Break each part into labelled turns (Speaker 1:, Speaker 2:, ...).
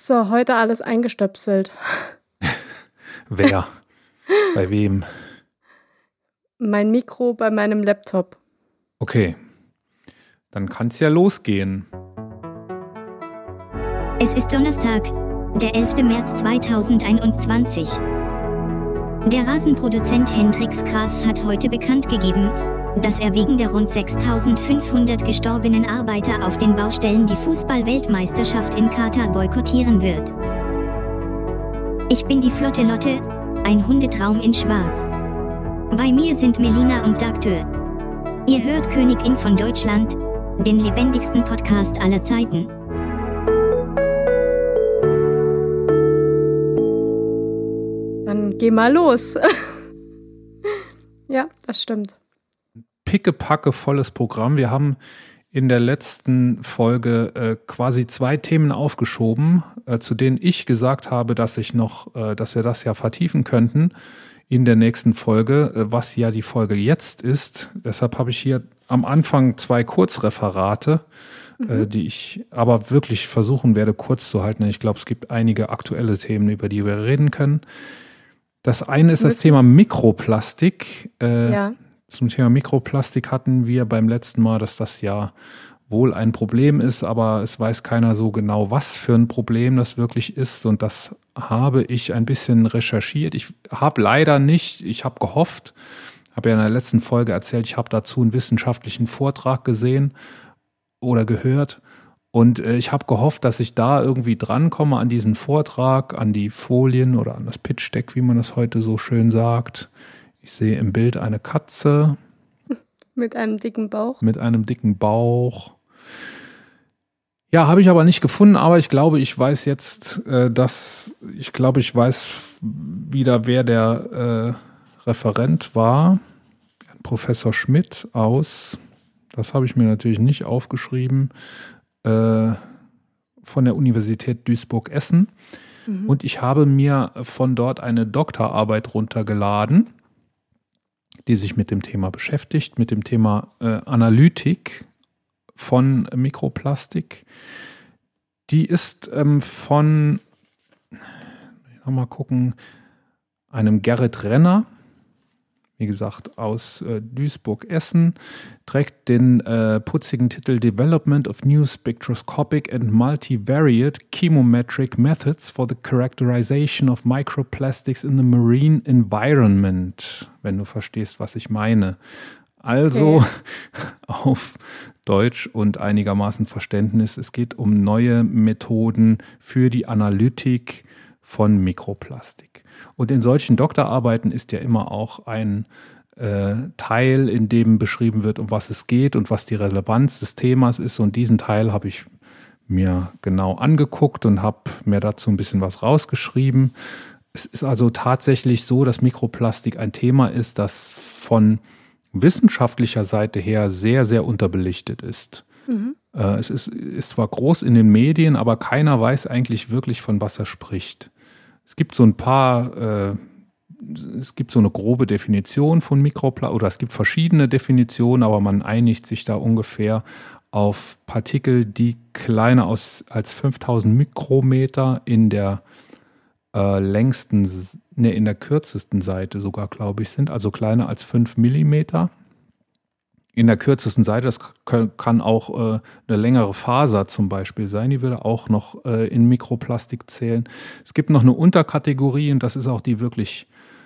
Speaker 1: So, heute alles eingestöpselt.
Speaker 2: Wer? Bei wem?
Speaker 1: Mein Mikro bei meinem Laptop.
Speaker 2: Okay, dann kann es ja losgehen.
Speaker 3: Es ist Donnerstag, der 11. März 2021. Der Rasenproduzent Hendrix Gras hat heute bekannt gegeben, dass er wegen der rund 6.500 gestorbenen Arbeiter auf den Baustellen die Fußball-Weltmeisterschaft in Katar boykottieren wird. Ich bin die Flotte Lotte, ein Hundetraum in Schwarz. Bei mir sind Melina und Dagtür. Ihr hört Königin von Deutschland, den lebendigsten Podcast aller Zeiten.
Speaker 1: Dann geh mal los. Ja, das stimmt.
Speaker 2: Pickepacke volles Programm. Wir haben in der letzten Folge quasi 2 Themen aufgeschoben, zu denen ich gesagt habe, dass wir das ja vertiefen könnten in der nächsten Folge, was ja die Folge jetzt ist. Deshalb habe ich hier am Anfang 2 Kurzreferate, die ich aber wirklich versuchen werde, kurz zu halten. Ich glaube, es gibt einige aktuelle Themen, über die wir reden können. Das eine ist das Thema Mikroplastik.
Speaker 1: Ja.
Speaker 2: Zum Thema Mikroplastik hatten wir beim letzten Mal, dass das ja wohl ein Problem ist, aber es weiß keiner so genau, was für ein Problem das wirklich ist. Und das habe ich ein bisschen recherchiert. Ich habe gehofft, habe ja in der letzten Folge erzählt, ich habe dazu einen wissenschaftlichen Vortrag gesehen oder gehört. Und ich habe gehofft, dass ich da irgendwie drankomme an diesen Vortrag, an die Folien oder an das Pitch-Deck, wie man das heute so schön sagt. Ich sehe im Bild eine Katze.
Speaker 1: Mit einem dicken Bauch.
Speaker 2: Mit einem dicken Bauch. Ja, habe ich aber nicht gefunden, aber ich glaube, ich weiß jetzt, ich weiß wieder, wer der Referent war. Professor Schmidt aus, das habe ich mir natürlich nicht aufgeschrieben, von der Universität Duisburg-Essen. Und ich habe mir von dort eine Doktorarbeit runtergeladen, die sich mit dem Thema beschäftigt, mit dem Thema Analytik von Mikroplastik. Die ist von, mal gucken, einem Gerrit Renner, wie gesagt, aus Duisburg-Essen, trägt den putzigen Titel Development of New Spectroscopic and Multivariate Chemometric Methods for the Characterization of Microplastics in the Marine Environment, wenn du verstehst, was ich meine. Also okay. Auf Deutsch und einigermaßen Verständnis, es geht um neue Methoden für die Analytik von Mikroplastik. Und in solchen Doktorarbeiten ist ja immer auch ein Teil, in dem beschrieben wird, um was es geht und was die Relevanz des Themas ist. Und diesen Teil habe ich mir genau angeguckt und habe mir dazu ein bisschen was rausgeschrieben. Es ist also tatsächlich so, dass Mikroplastik ein Thema ist, das von wissenschaftlicher Seite her sehr, sehr unterbelichtet ist. Es ist zwar groß in den Medien, aber keiner weiß eigentlich wirklich, von was er spricht. Es gibt so eine grobe Definition von Mikroplastik, oder es gibt verschiedene Definitionen, aber man einigt sich da ungefähr auf Partikel, die kleiner als 5000 Mikrometer in der in der kürzesten Seite sogar, glaube ich, sind, also kleiner als 5 Millimeter. In der kürzesten Seite, das kann auch eine längere Faser zum Beispiel sein, die würde auch noch in Mikroplastik zählen. Es gibt noch eine Unterkategorie und das ist auch die wirklich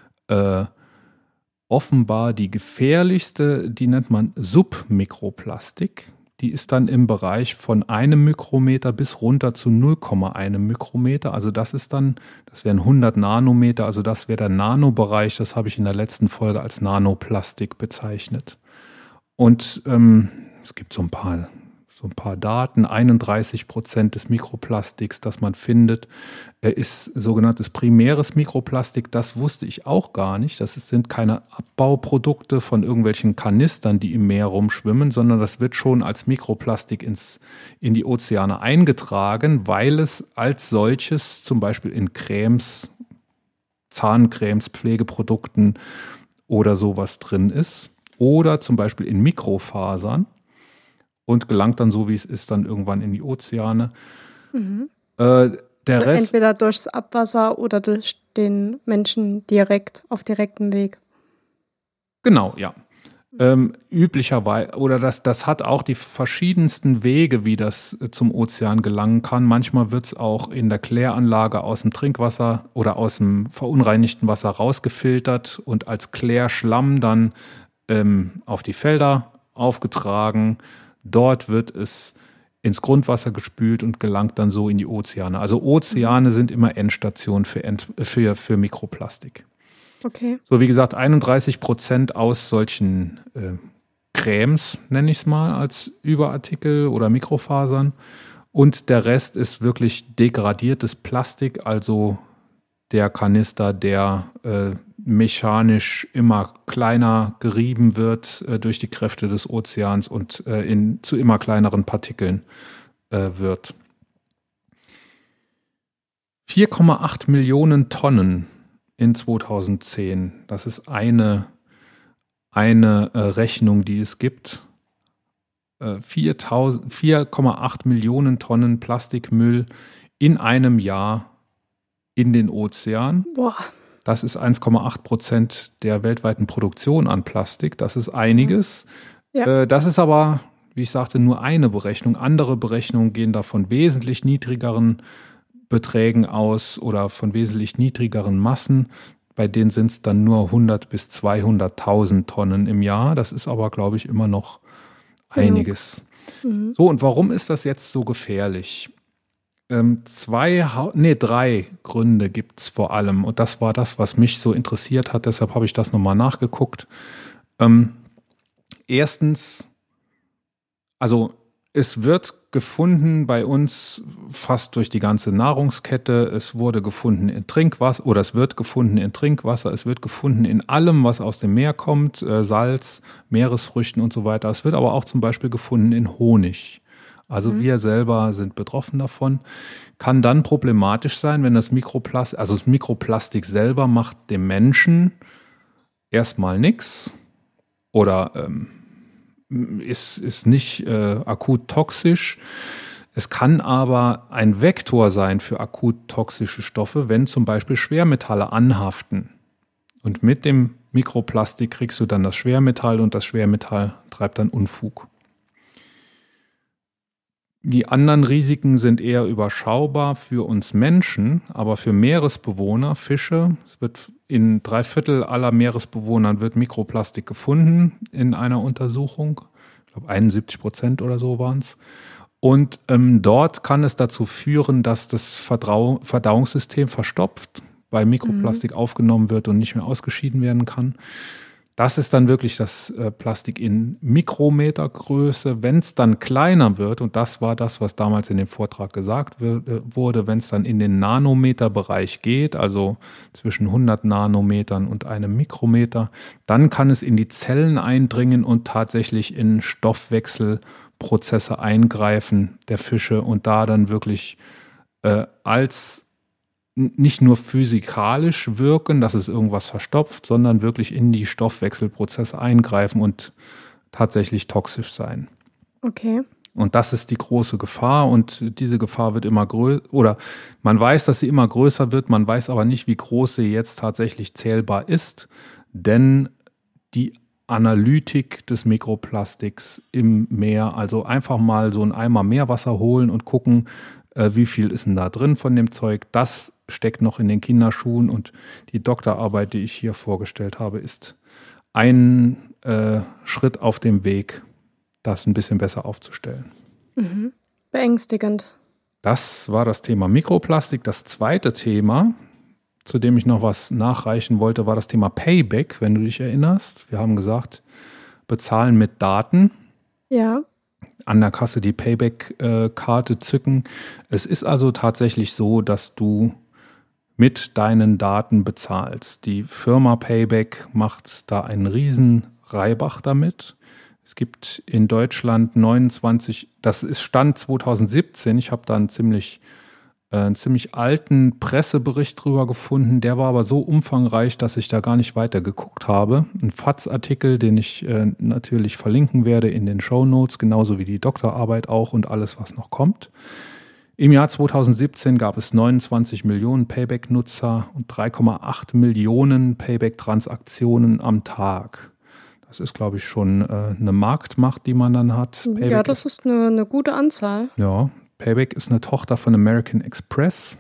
Speaker 2: offenbar die gefährlichste, die nennt man Submikroplastik. Die ist dann im Bereich von 1 Mikrometer bis runter zu 0,1 Mikrometer. Also das wären 100 Nanometer, also das wäre der Nanobereich, das habe ich in der letzten Folge als Nanoplastik bezeichnet. Und es gibt so ein paar Daten. 31% des Mikroplastiks, das man findet, ist sogenanntes primäres Mikroplastik. Das wusste ich auch gar nicht. Sind keine Abbauprodukte von irgendwelchen Kanistern, die im Meer rumschwimmen, sondern das wird schon als Mikroplastik in die Ozeane eingetragen, weil es als solches zum Beispiel in Cremes, Zahncremes, Pflegeprodukten oder sowas drin ist. Oder zum Beispiel in Mikrofasern. Und gelangt dann, so wie es ist, dann irgendwann in die Ozeane. Der
Speaker 1: Also
Speaker 2: Rest,
Speaker 1: entweder durchs Abwasser oder durch den Menschen direkt, auf direktem Weg.
Speaker 2: genau, ja. Üblicherweise, oder das hat auch die verschiedensten Wege, wie das zum Ozean gelangen kann. Manchmal wird es auch in der Kläranlage aus dem Trinkwasser oder aus dem verunreinigten Wasser rausgefiltert und als Klärschlamm dann auf die Felder aufgetragen. Dort wird es ins Grundwasser gespült und gelangt dann so in die Ozeane. Also Ozeane sind immer Endstationen für Mikroplastik.
Speaker 1: Okay.
Speaker 2: So, wie gesagt, 31% aus solchen Cremes, nenne ich es mal, als Überartikel oder Mikrofasern. Und der Rest ist wirklich degradiertes Plastik, also der Kanister, der mechanisch immer kleiner gerieben wird durch die Kräfte des Ozeans und zu immer kleineren Partikeln wird. 4,8 Millionen Tonnen in 2010. Das ist eine Rechnung, die es gibt. 4,8 Millionen Tonnen Plastikmüll in einem Jahr in den Ozean.
Speaker 1: Boah.
Speaker 2: Das ist 1,8% der weltweiten Produktion an Plastik. Das ist einiges.
Speaker 1: Ja.
Speaker 2: Das ist aber, wie ich sagte, nur eine Berechnung. Andere Berechnungen gehen da von wesentlich niedrigeren Beträgen aus oder von wesentlich niedrigeren Massen. Bei denen sind es dann nur 100 bis 200.000 Tonnen im Jahr. Das ist aber, glaube ich, immer noch einiges.
Speaker 1: Mhm.
Speaker 2: So, und warum ist das jetzt so gefährlich? 3 Gründe gibt es vor allem. Und das war das, was mich so interessiert hat. Deshalb habe ich das nochmal nachgeguckt. Erstens, also es wird gefunden bei uns fast durch die ganze Nahrungskette. Es wurde gefunden in Trinkwasser oder es wird gefunden in Trinkwasser. Es wird gefunden in allem, was aus dem Meer kommt, Salz, Meeresfrüchten und so weiter. Es wird aber auch zum Beispiel gefunden in Honig. Also wir selber sind betroffen davon. Kann dann problematisch sein, wenn das Mikroplastik selber macht dem Menschen erstmal nichts oder ist nicht akut toxisch. Es kann aber ein Vektor sein für akut toxische Stoffe, wenn zum Beispiel Schwermetalle anhaften. Und mit dem Mikroplastik kriegst du dann das Schwermetall und das Schwermetall treibt dann Unfug. Die anderen Risiken sind eher überschaubar für uns Menschen, aber für Meeresbewohner, Fische, es wird in 3/4 aller Meeresbewohnern wird Mikroplastik gefunden in einer Untersuchung. Ich glaube 71% oder so waren es. Und dort kann es dazu führen, dass das Verdauungssystem verstopft, weil Mikroplastik aufgenommen wird und nicht mehr ausgeschieden werden kann. Das ist dann wirklich das Plastik in Mikrometergröße. Wenn es dann kleiner wird, und das war das, was damals in dem Vortrag gesagt wurde, wenn es dann in den Nanometerbereich geht, also zwischen 100 Nanometern und einem Mikrometer, dann kann es in die Zellen eindringen und tatsächlich in Stoffwechselprozesse eingreifen der Fische und da dann wirklich als nicht nur physikalisch wirken, dass es irgendwas verstopft, sondern wirklich in die Stoffwechselprozesse eingreifen und tatsächlich toxisch sein.
Speaker 1: Okay.
Speaker 2: Und das ist die große Gefahr und diese Gefahr wird immer größer, oder man weiß, dass sie immer größer wird, man weiß aber nicht, wie groß sie jetzt tatsächlich zählbar ist, denn die Analytik des Mikroplastiks im Meer, also einfach mal so einen Eimer Meerwasser holen und gucken, wie viel ist denn da drin von dem Zeug, das steckt noch in den Kinderschuhen und die Doktorarbeit, die ich hier vorgestellt habe, ist ein Schritt auf dem Weg, das ein bisschen besser aufzustellen.
Speaker 1: Mhm. Beängstigend.
Speaker 2: Das war das Thema Mikroplastik. Das zweite Thema, zu dem ich noch was nachreichen wollte, war das Thema Payback, wenn du dich erinnerst. Wir haben gesagt, bezahlen mit Daten.
Speaker 1: Ja.
Speaker 2: An der Kasse die Payback-Karte zücken. Es ist also tatsächlich so, dass du mit deinen Daten bezahlst. Die Firma Payback macht da einen riesen Reibach damit. Es gibt in Deutschland 29, das ist Stand 2017, ich habe da einen ziemlich alten Pressebericht drüber gefunden, der war aber so umfangreich, dass ich da gar nicht weiter geguckt habe. Ein FAZ-Artikel, den ich natürlich verlinken werde in den Shownotes, genauso wie die Doktorarbeit auch und alles, was noch kommt. Im Jahr 2017 gab es 29 Millionen Payback-Nutzer und 3,8 Millionen Payback-Transaktionen am Tag. Das ist, glaube ich, schon eine Marktmacht, die man dann hat.
Speaker 1: Payback ja, das ist eine gute Anzahl.
Speaker 2: Ja, Payback ist eine Tochter von American Express.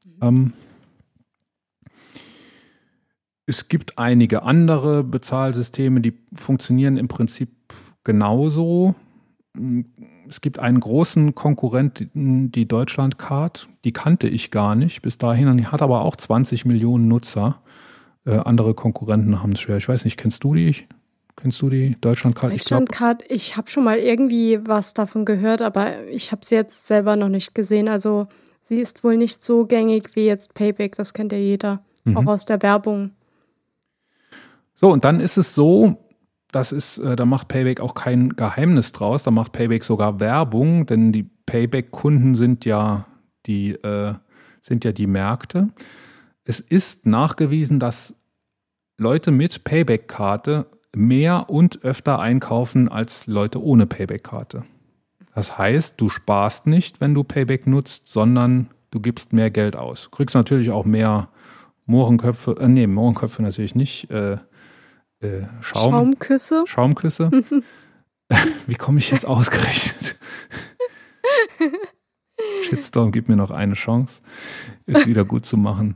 Speaker 2: Es gibt einige andere Bezahlsysteme, die funktionieren im Prinzip genauso. Es gibt einen großen Konkurrenten, die Deutschlandcard. Die kannte ich gar nicht bis dahin. Die hat aber auch 20 Millionen Nutzer. Andere Konkurrenten haben es schwer. Ich weiß nicht, kennst du die? Kennst du die Deutschlandcard?
Speaker 1: Deutschlandcard, ich habe schon mal irgendwie was davon gehört, aber ich habe sie jetzt selber noch nicht gesehen. Also sie ist wohl nicht so gängig wie jetzt Payback. Das kennt ja jeder, auch aus der Werbung.
Speaker 2: So, und dann ist es so, da macht Payback auch kein Geheimnis draus, da macht Payback sogar Werbung, denn die Payback-Kunden sind ja die Märkte. Es ist nachgewiesen, dass Leute mit Payback-Karte mehr und öfter einkaufen als Leute ohne Payback-Karte. Das heißt, du sparst nicht, wenn du Payback nutzt, sondern du gibst mehr Geld aus. Du kriegst natürlich auch mehr Mohrenköpfe natürlich nicht,
Speaker 1: Schaumküsse.
Speaker 2: Wie komme ich jetzt ausgerechnet? Shitstorm, gib mir noch eine Chance, es wieder gut zu machen.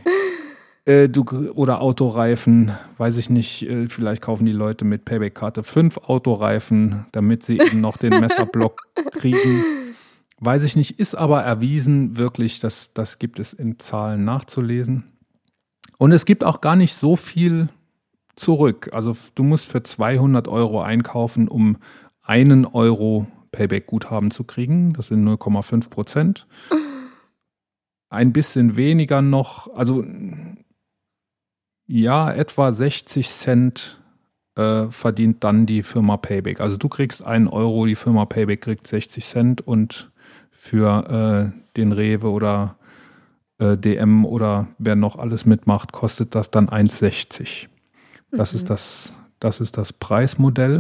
Speaker 2: Oder Autoreifen, weiß ich nicht, vielleicht kaufen die Leute mit Payback-Karte 5 Autoreifen, damit sie eben noch den Messerblock kriegen. Weiß ich nicht, ist aber erwiesen, wirklich, das gibt es in Zahlen nachzulesen. Und es gibt auch gar nicht so viel zurück. Also du musst für 200 Euro einkaufen, um 1 Euro Payback-Guthaben zu kriegen. Das sind 0,5%. Ein bisschen weniger noch, also ja, etwa 60 Cent verdient dann die Firma Payback. Also du kriegst 1 Euro, die Firma Payback kriegt 60 Cent und für den Rewe oder DM oder wer noch alles mitmacht, kostet das dann 1,60. Das ist das Preismodell.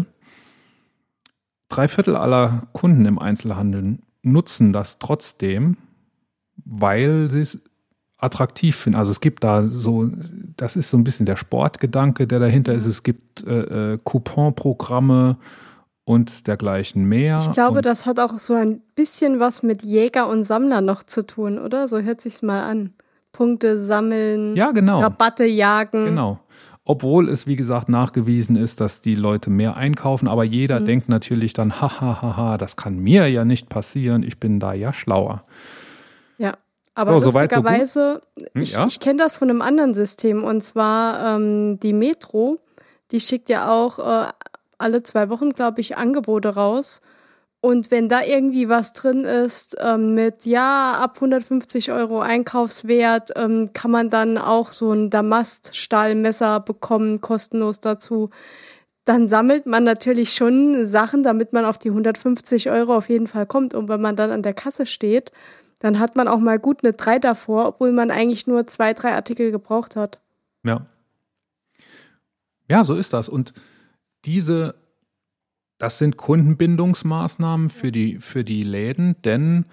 Speaker 2: 3/4 aller Kunden im Einzelhandel nutzen das trotzdem, weil sie es attraktiv finden. Also es gibt da so, das ist so ein bisschen der Sportgedanke, der dahinter ist. Es gibt Couponprogramme und dergleichen mehr.
Speaker 1: Ich glaube, das hat auch so ein bisschen was mit Jäger und Sammler noch zu tun, oder? So hört sich's mal an. Punkte sammeln,
Speaker 2: ja, genau.
Speaker 1: Rabatte jagen.
Speaker 2: Genau. Obwohl es, wie gesagt, nachgewiesen ist, dass die Leute mehr einkaufen, aber jeder denkt natürlich dann, hahaha, das kann mir ja nicht passieren, ich bin da ja schlauer.
Speaker 1: Ja, aber lustigerweise, ich kenne das von einem anderen System, und zwar die Metro, die schickt ja auch alle 2 Wochen, glaube ich, Angebote raus. Und wenn da irgendwie was drin ist mit, ab 150 Euro Einkaufswert, kann man dann auch so ein Damaststahlmesser bekommen, kostenlos dazu. Dann sammelt man natürlich schon Sachen, damit man auf die 150 Euro auf jeden Fall kommt. Und wenn man dann an der Kasse steht, dann hat man auch mal gut eine 3 davor, obwohl man eigentlich nur 2, 3 Artikel gebraucht hat.
Speaker 2: Ja. Ja, so ist das. Und das sind Kundenbindungsmaßnahmen für die Läden, denn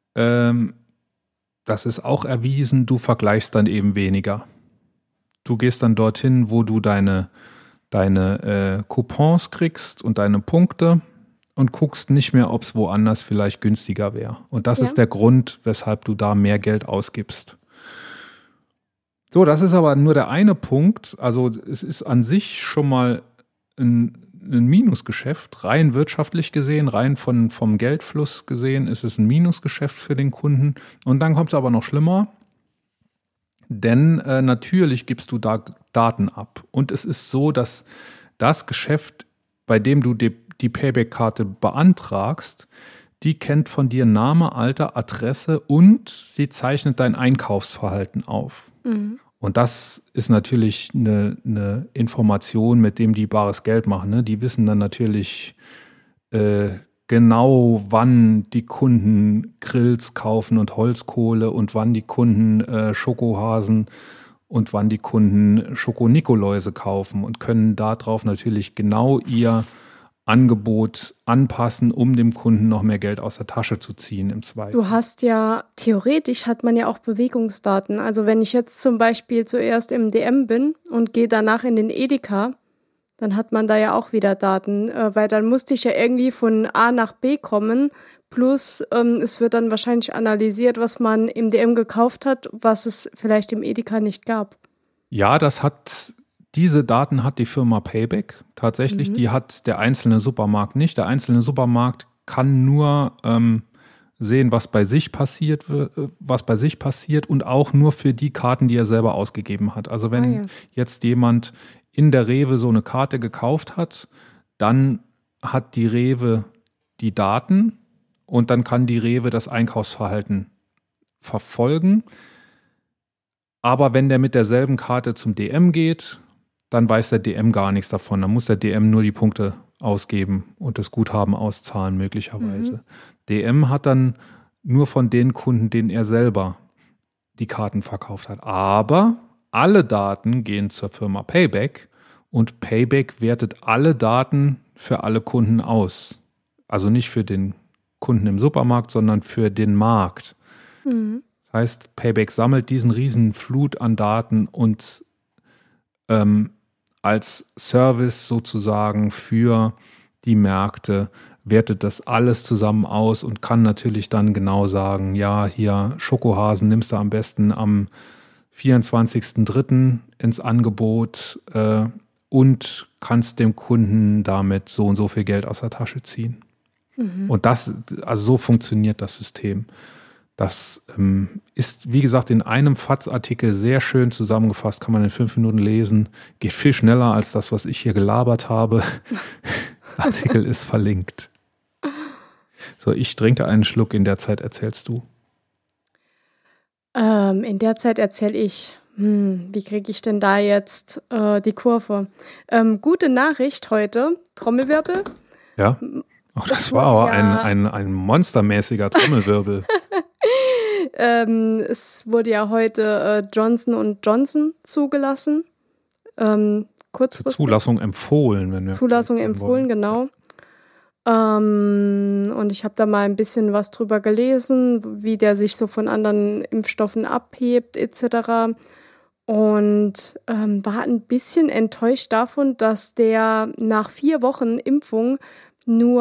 Speaker 2: das ist auch erwiesen, du vergleichst dann eben weniger. Du gehst dann dorthin, wo du deine Coupons kriegst und deine Punkte und guckst nicht mehr, ob es woanders vielleicht günstiger wäre. Und das ist der Grund, weshalb du da mehr Geld ausgibst. So, das ist aber nur der eine Punkt. Also es ist an sich schon mal ein Minusgeschäft, rein wirtschaftlich gesehen, rein vom Geldfluss gesehen, ist es ein Minusgeschäft für den Kunden. Und dann kommt es aber noch schlimmer, denn natürlich gibst du da Daten ab. Und es ist so, dass das Geschäft, bei dem du die Payback-Karte beantragst, die kennt von dir Name, Alter, Adresse und sie zeichnet dein Einkaufsverhalten auf. Mhm. Und das ist natürlich eine Information, mit dem die bares Geld machen. Ne? Die wissen dann natürlich genau, wann die Kunden Grills kaufen und Holzkohle und wann die Kunden Schokohasen und wann die Kunden Schoko-Nikoläuse kaufen und können darauf natürlich genau ihr Angebot anpassen, um dem Kunden noch mehr Geld aus der Tasche zu ziehen im Zweifel.
Speaker 1: Du hast ja, theoretisch hat man ja auch Bewegungsdaten. Also wenn ich jetzt zum Beispiel zuerst im DM bin und gehe danach in den Edeka, dann hat man da ja auch wieder Daten, weil dann musste ich ja irgendwie von A nach B kommen, plus es wird dann wahrscheinlich analysiert, was man im DM gekauft hat, was es vielleicht im Edeka nicht gab.
Speaker 2: Ja, diese Daten hat die Firma Payback tatsächlich, die hat der einzelne Supermarkt nicht. Der einzelne Supermarkt kann nur sehen, was bei sich passiert und auch nur für die Karten, die er selber ausgegeben hat. Also wenn jetzt jemand in der Rewe so eine Karte gekauft hat, dann hat die Rewe die Daten und dann kann die Rewe das Einkaufsverhalten verfolgen. Aber wenn der mit derselben Karte zum DM geht, dann weiß der DM gar nichts davon. Dann muss der DM nur die Punkte ausgeben und das Guthaben auszahlen möglicherweise. DM hat dann nur von den Kunden, denen er selber die Karten verkauft hat. Aber alle Daten gehen zur Firma Payback und Payback wertet alle Daten für alle Kunden aus. Also nicht für den Kunden im Supermarkt, sondern für den Markt. Das heißt, Payback sammelt diesen riesen Flut an Daten und als Service sozusagen für die Märkte wertet das alles zusammen aus und kann natürlich dann genau sagen, ja, hier Schokohasen nimmst du am besten am 24.03. ins Angebot und kannst dem Kunden damit so und so viel Geld aus der Tasche ziehen. Und so funktioniert das System. Das ist, wie gesagt, in einem FAZ-Artikel sehr schön zusammengefasst, kann man in 5 Minuten lesen. Geht viel schneller als das, was ich hier gelabert habe. Der Artikel ist verlinkt. So, ich trinke einen Schluck, in der Zeit erzählst du.
Speaker 1: In der Zeit erzähle ich. Wie kriege ich denn da jetzt die Kurve? Gute Nachricht heute, Trommelwirbel.
Speaker 2: Ja, das war aber ein monstermäßiger Trommelwirbel.
Speaker 1: Es wurde ja heute Johnson & Johnson zugelassen. Kurzfristig.
Speaker 2: Zur Zulassung empfohlen, wenn wir.
Speaker 1: Zulassung empfohlen, genau. Und ich habe da mal ein bisschen was drüber gelesen, wie der sich so von anderen Impfstoffen abhebt, etc. Und war ein bisschen enttäuscht davon, dass der nach 4 Wochen Impfung nur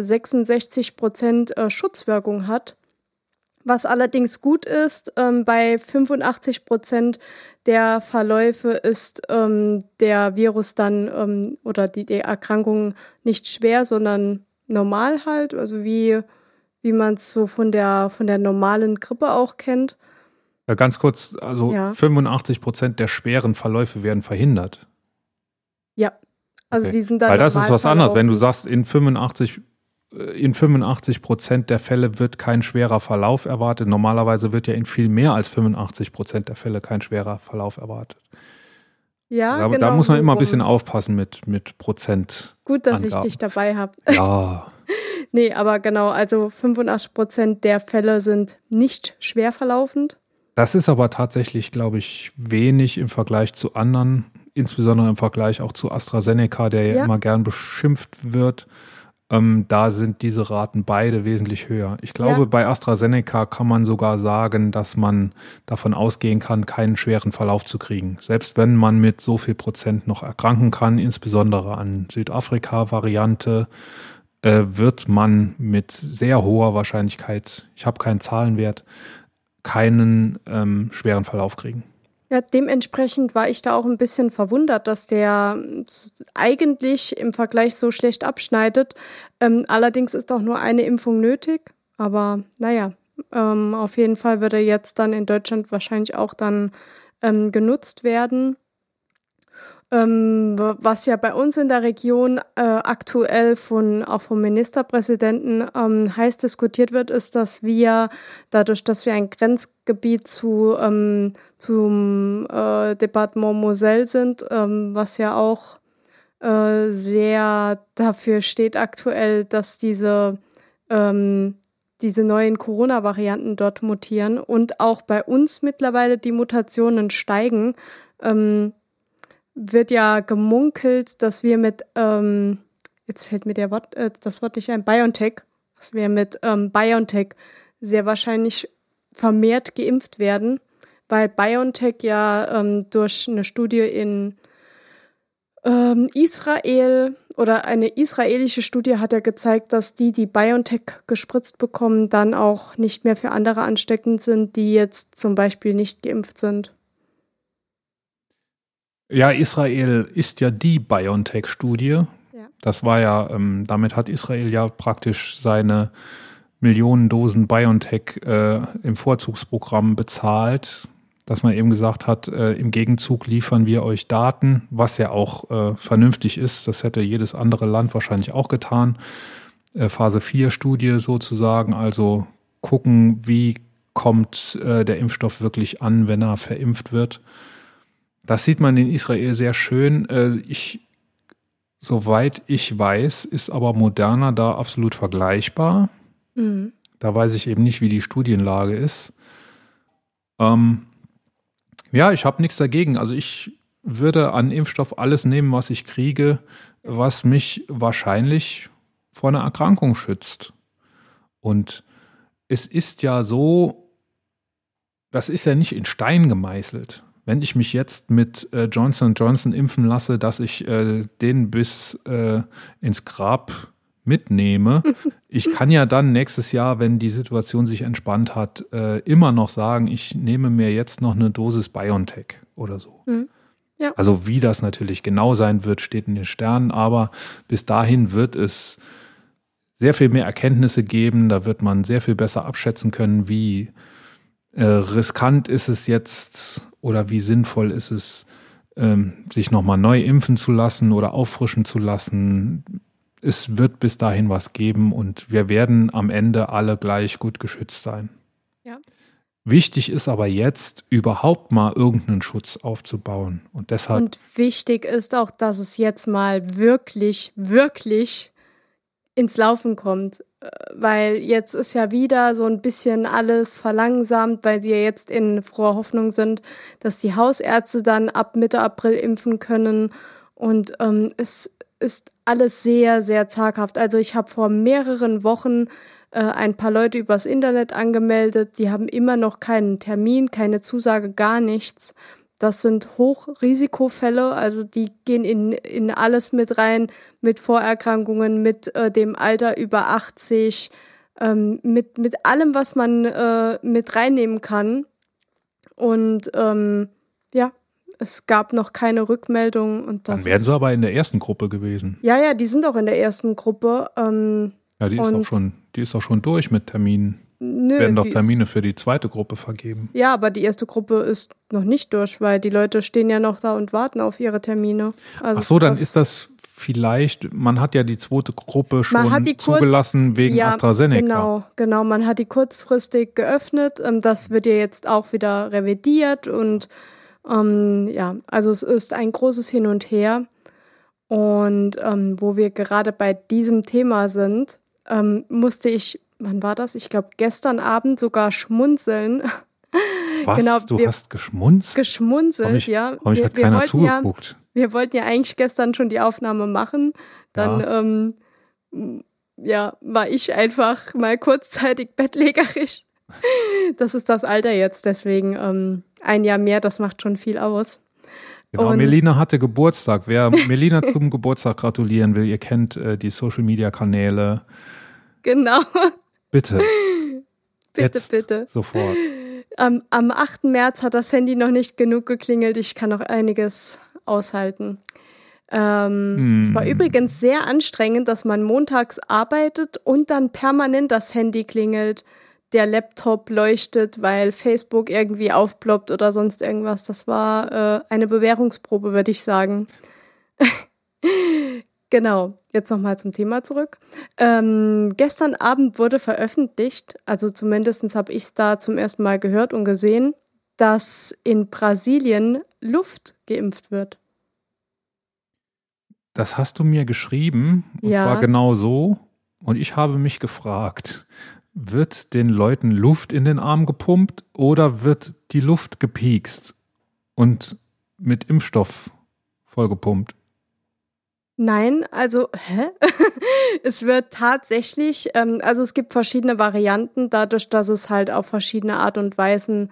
Speaker 1: 66% Schutzwirkung hat. Was allerdings gut ist, bei 85% der Verläufe ist der Virus dann oder die Erkrankung nicht schwer, sondern normal halt, also wie man es so von der normalen Grippe auch kennt.
Speaker 2: Ja, ganz kurz, also 85% der schweren Verläufe werden verhindert.
Speaker 1: Ja, also die sind dann.
Speaker 2: Weil das ist was anderes, wenn du sagst, in 85% der Fälle wird kein schwerer Verlauf erwartet. Normalerweise wird ja in viel mehr als 85% der Fälle kein schwerer Verlauf erwartet.
Speaker 1: Ja,
Speaker 2: aber
Speaker 1: genau.
Speaker 2: Da muss man immer ein bisschen aufpassen mit Prozent.
Speaker 1: Gut, dass ich dich dabei habe.
Speaker 2: Ja.
Speaker 1: Nee, aber genau, also 85% der Fälle sind nicht schwer verlaufend.
Speaker 2: Das ist aber tatsächlich, glaube ich, wenig im Vergleich zu anderen, insbesondere im Vergleich auch zu AstraZeneca, der ja immer gern beschimpft wird. Da sind diese Raten beide wesentlich höher. Ich glaube, bei AstraZeneca kann man sogar sagen, dass man davon ausgehen kann, keinen schweren Verlauf zu kriegen. Selbst wenn man mit so viel Prozent noch erkranken kann, insbesondere an Südafrika-Variante, wird man mit sehr hoher Wahrscheinlichkeit, ich habe keinen Zahlenwert, keinen schweren Verlauf kriegen.
Speaker 1: Ja, dementsprechend war ich da auch ein bisschen verwundert, dass der eigentlich im Vergleich so schlecht abschneidet. Allerdings ist auch nur eine Impfung nötig. Aber naja, auf jeden Fall wird er jetzt dann in Deutschland wahrscheinlich auch dann genutzt werden. Was ja bei uns in der Region aktuell auch vom Ministerpräsidenten heiß diskutiert wird, ist, dass wir, dadurch, dass wir ein Grenzgebiet zum Departement Moselle sind, was ja auch sehr dafür steht aktuell, dass diese neuen Corona-Varianten dort mutieren und auch bei uns mittlerweile die Mutationen steigen, wird ja gemunkelt, dass wir mit jetzt fällt mir das Wort nicht ein, BioNTech, dass wir mit BioNTech sehr wahrscheinlich vermehrt geimpft werden, weil BioNTech ja durch eine Studie in Israel oder eine israelische Studie hat ja gezeigt, dass die BioNTech gespritzt bekommen, dann auch nicht mehr für andere ansteckend sind, die jetzt zum Beispiel nicht geimpft sind.
Speaker 2: Ja, Israel ist ja die BioNTech-Studie. Ja. Das war ja, damit hat Israel ja praktisch seine Millionen Dosen BioNTech im Vorzugsprogramm bezahlt, dass man eben gesagt hat, im Gegenzug liefern wir euch Daten, was ja auch vernünftig ist. Das hätte jedes andere Land wahrscheinlich auch getan. Phase 4 Studie sozusagen, also gucken, wie kommt der Impfstoff wirklich an, wenn er verimpft wird. Das sieht man in Israel sehr schön. Soweit ich weiß, ist aber Moderna da absolut vergleichbar. Mhm. Da weiß ich eben nicht, wie die Studienlage ist. Ja, ich habe nichts dagegen. Also ich würde an Impfstoff alles nehmen, was ich kriege, was mich wahrscheinlich vor einer Erkrankung schützt. Und es ist ja so, das ist ja nicht in Stein gemeißelt. Wenn ich mich jetzt mit Johnson & Johnson impfen lasse, dass ich den bis ins Grab mitnehme. Ich kann ja dann nächstes Jahr, wenn die Situation sich entspannt hat, immer noch sagen, ich nehme mir jetzt noch eine Dosis BioNTech oder so. Mhm. Ja. Also wie das natürlich genau sein wird, steht in den Sternen, aber bis dahin wird es sehr viel mehr Erkenntnisse geben, da wird man sehr viel besser abschätzen können, wie riskant ist es jetzt oder wie sinnvoll ist es, sich nochmal neu impfen zu lassen oder auffrischen zu lassen. Es wird bis dahin was geben und wir werden am Ende alle gleich gut geschützt sein. Ja. Wichtig ist aber jetzt, überhaupt mal irgendeinen Schutz aufzubauen. Und deshalb.
Speaker 1: Und wichtig ist auch, dass es jetzt mal wirklich, wirklich ins Laufen kommt. Weil jetzt ist ja wieder so ein bisschen alles verlangsamt, weil sie ja jetzt in froher Hoffnung sind, dass die Hausärzte dann ab Mitte April impfen können. Und es ist alles sehr, sehr zaghaft. Also ich habe vor mehreren Wochen ein paar Leute übers Internet angemeldet, die haben immer noch keinen Termin, keine Zusage, gar nichts. Das sind Hochrisikofälle, also die gehen in alles mit rein, mit Vorerkrankungen, mit dem Alter über 80, mit allem, was man mit reinnehmen kann. Und ja, es gab noch keine Rückmeldung. Und das
Speaker 2: dann wären sie aber in der ersten Gruppe gewesen.
Speaker 1: Ja, die sind auch in der ersten Gruppe.
Speaker 2: Ja, die ist doch schon durch mit Terminen. Nö, werden doch Termine für die zweite Gruppe vergeben.
Speaker 1: Ja, aber die erste Gruppe ist noch nicht durch, weil die Leute stehen ja noch da und warten auf ihre Termine. Also
Speaker 2: ach so, dann ist das vielleicht, man hat ja die zweite Gruppe schon zugelassen wegen AstraZeneca.
Speaker 1: Genau, man hat die kurzfristig geöffnet. Das wird ja jetzt auch wieder revidiert und ja, also es ist ein großes Hin und Her. Und wo wir gerade bei diesem Thema sind, musste ich, wann war das? Ich glaube, gestern Abend sogar schmunzeln.
Speaker 2: Was? Genau, du hast geschmunzelt?
Speaker 1: Geschmunzelt, ja.
Speaker 2: Habe ich keiner zugeguckt?
Speaker 1: Wir wollten ja eigentlich gestern schon die Aufnahme machen. Dann, war ich einfach mal kurzzeitig bettlägerisch. Das ist das Alter jetzt, deswegen ein Jahr mehr, das macht schon viel aus.
Speaker 2: Genau, und Melina hatte Geburtstag. Wer Melina zum Geburtstag gratulieren will, ihr kennt die Social-Media-Kanäle.
Speaker 1: Genau.
Speaker 2: Bitte.
Speaker 1: Bitte.
Speaker 2: Sofort.
Speaker 1: Am 8. März hat das Handy noch nicht genug geklingelt. Ich kann noch einiges aushalten. Es war übrigens sehr anstrengend, dass man montags arbeitet und dann permanent das Handy klingelt. Der Laptop leuchtet, weil Facebook irgendwie aufploppt oder sonst irgendwas. Das war eine Bewährungsprobe, würde ich sagen. Genau, jetzt nochmal zum Thema zurück. Gestern Abend wurde veröffentlicht, also zumindest habe ich es da zum ersten Mal gehört und gesehen, dass in Brasilien Luft geimpft wird.
Speaker 2: Das hast du mir geschrieben, und zwar genau so. Und ich habe mich gefragt, wird den Leuten Luft in den Arm gepumpt oder wird die Luft gepiekst und mit Impfstoff vollgepumpt?
Speaker 1: Nein, also, es wird tatsächlich, also es gibt verschiedene Varianten, dadurch, dass es halt auf verschiedene Art und Weisen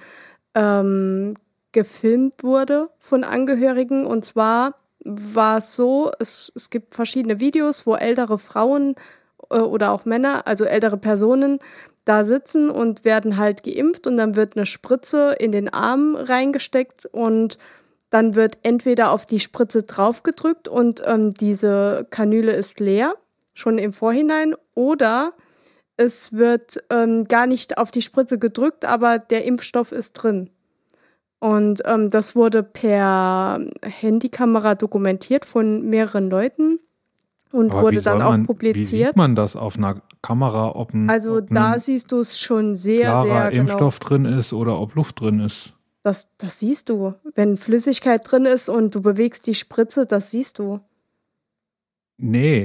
Speaker 1: gefilmt wurde von Angehörigen. Und zwar war es so, es gibt verschiedene Videos, wo ältere Frauen oder auch Männer, also ältere Personen, da sitzen und werden halt geimpft und dann wird eine Spritze in den Arm reingesteckt und dann wird entweder auf die Spritze draufgedrückt und diese Kanüle ist leer, schon im Vorhinein, oder es wird gar nicht auf die Spritze gedrückt, aber der Impfstoff ist drin. Und das wurde per Handykamera dokumentiert von mehreren Leuten und
Speaker 2: Aber
Speaker 1: wurde dann auch publiziert.
Speaker 2: Wie sieht man das auf einer Kamera, ob
Speaker 1: da siehst du es schon sehr,
Speaker 2: klarer
Speaker 1: sehr genau.
Speaker 2: Impfstoff drin ist oder ob Luft drin ist?
Speaker 1: Das siehst du. Wenn Flüssigkeit drin ist und du bewegst die Spritze, das siehst du.
Speaker 2: Nee.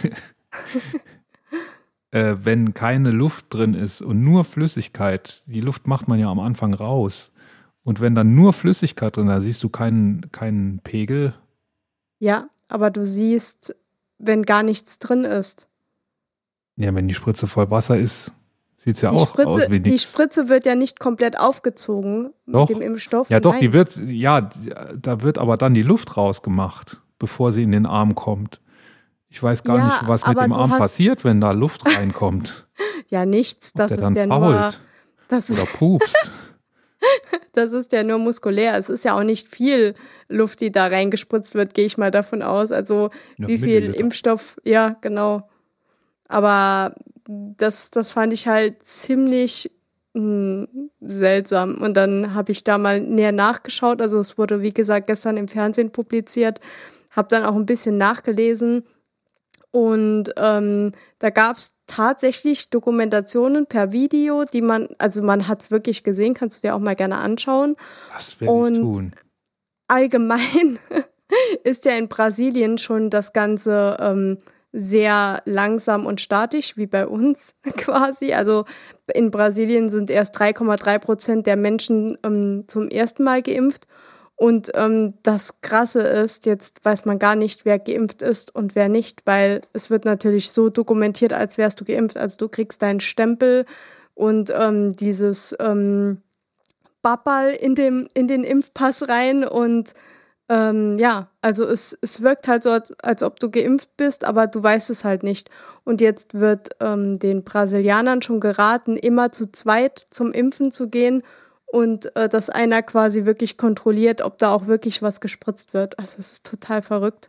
Speaker 2: Wenn keine Luft drin ist und nur Flüssigkeit, die Luft macht man ja am Anfang raus. Und wenn dann nur Flüssigkeit drin ist, da siehst du keinen Pegel.
Speaker 1: Ja, aber du siehst, wenn gar nichts drin ist.
Speaker 2: Ja, wenn die Spritze voll Wasser ist, sieht es ja auch aus wie nichts.
Speaker 1: Die Spritze wird ja nicht komplett aufgezogen mit dem Impfstoff.
Speaker 2: Ja, doch, da wird aber dann die Luft rausgemacht, bevor sie in den Arm kommt. Ich weiß gar nicht, was mit dem Arm passiert, wenn da Luft reinkommt.
Speaker 1: Ja, nichts.
Speaker 2: Das ist der nur. Oder pupst.
Speaker 1: Das ist ja nur muskulär. Es ist ja auch nicht viel Luft, die da reingespritzt wird, gehe ich mal davon aus. Also ja, wie viel Impfstoff, ja, genau. Aber das fand ich halt ziemlich seltsam. Und dann habe ich da mal näher nachgeschaut. Also es wurde, wie gesagt, gestern im Fernsehen publiziert. Habe dann auch ein bisschen nachgelesen. Und da gab es tatsächlich Dokumentationen per Video, die man hat es wirklich gesehen, kannst du dir auch mal gerne anschauen.
Speaker 2: Was will ich tun?
Speaker 1: Allgemein ist ja in Brasilien schon das Ganze sehr langsam und statisch, wie bei uns quasi. Also in Brasilien sind erst 3,3% der Menschen zum ersten Mal geimpft. Und das Krasse ist, jetzt weiß man gar nicht, wer geimpft ist und wer nicht, weil es wird natürlich so dokumentiert, als wärst du geimpft. Also du kriegst deinen Stempel und dieses Bappal in den Impfpass rein und also es wirkt halt so, als ob du geimpft bist, aber du weißt es halt nicht. Und jetzt wird den Brasilianern schon geraten, immer zu zweit zum Impfen zu gehen und dass einer quasi wirklich kontrolliert, ob da auch wirklich was gespritzt wird. Also es ist total verrückt.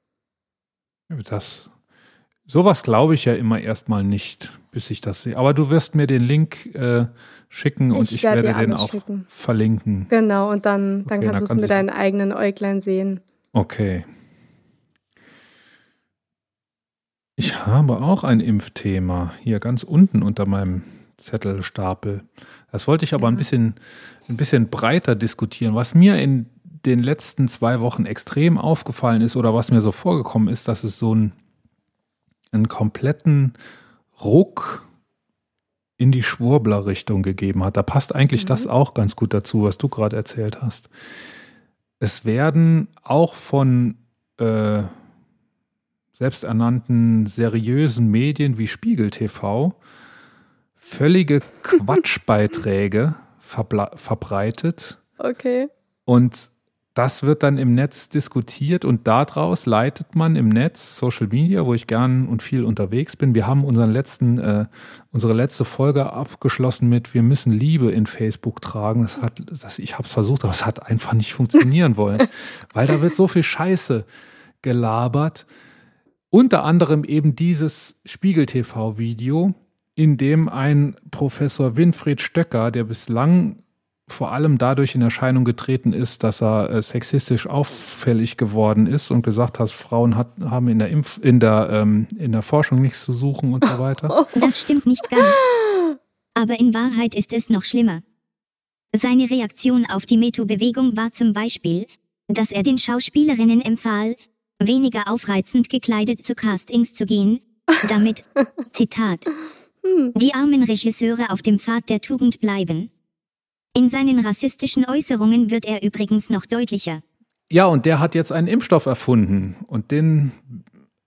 Speaker 2: Sowas glaube ich ja immer erstmal nicht, bis ich das sehe. Aber du wirst mir den Link schicken und ich werde den auch verlinken.
Speaker 1: Genau, und dann kannst du es mit deinen eigenen Äuglein sehen.
Speaker 2: Okay. Ich habe auch ein Impfthema hier ganz unten unter meinem Zettelstapel. Das wollte ich aber ein bisschen breiter diskutieren. Was mir in den letzten 2 Wochen extrem aufgefallen ist oder was mir so vorgekommen ist, dass es so einen kompletten Ruck in die Schwurbler-Richtung gegeben hat. Da passt eigentlich das auch ganz gut dazu, was du gerade erzählt hast. Es werden auch von selbsternannten seriösen Medien wie Spiegel TV völlige Quatschbeiträge verbreitet.
Speaker 1: Okay.
Speaker 2: Und das wird dann im Netz diskutiert und daraus leitet man im Netz, Social Media, wo ich gern und viel unterwegs bin. Wir haben unsere letzte Folge abgeschlossen mit wir müssen Liebe in Facebook tragen. Ich habe es versucht, aber es hat einfach nicht funktionieren wollen, weil da wird so viel Scheiße gelabert. Unter anderem eben dieses Spiegel-TV-Video, in dem ein Professor Winfried Stöcker, der bislang vor allem dadurch in Erscheinung getreten ist, dass er sexistisch auffällig geworden ist und gesagt hat, Frauen haben in der Forschung nichts zu suchen und so weiter.
Speaker 3: Das stimmt nicht ganz. Aber in Wahrheit ist es noch schlimmer. Seine Reaktion auf die MeToo-Bewegung war zum Beispiel, dass er den Schauspielerinnen empfahl, weniger aufreizend gekleidet zu Castings zu gehen, damit, Zitat, die armen Regisseure auf dem Pfad der Tugend bleiben. In seinen rassistischen Äußerungen wird er übrigens noch deutlicher.
Speaker 2: Ja, und der hat jetzt einen Impfstoff erfunden und den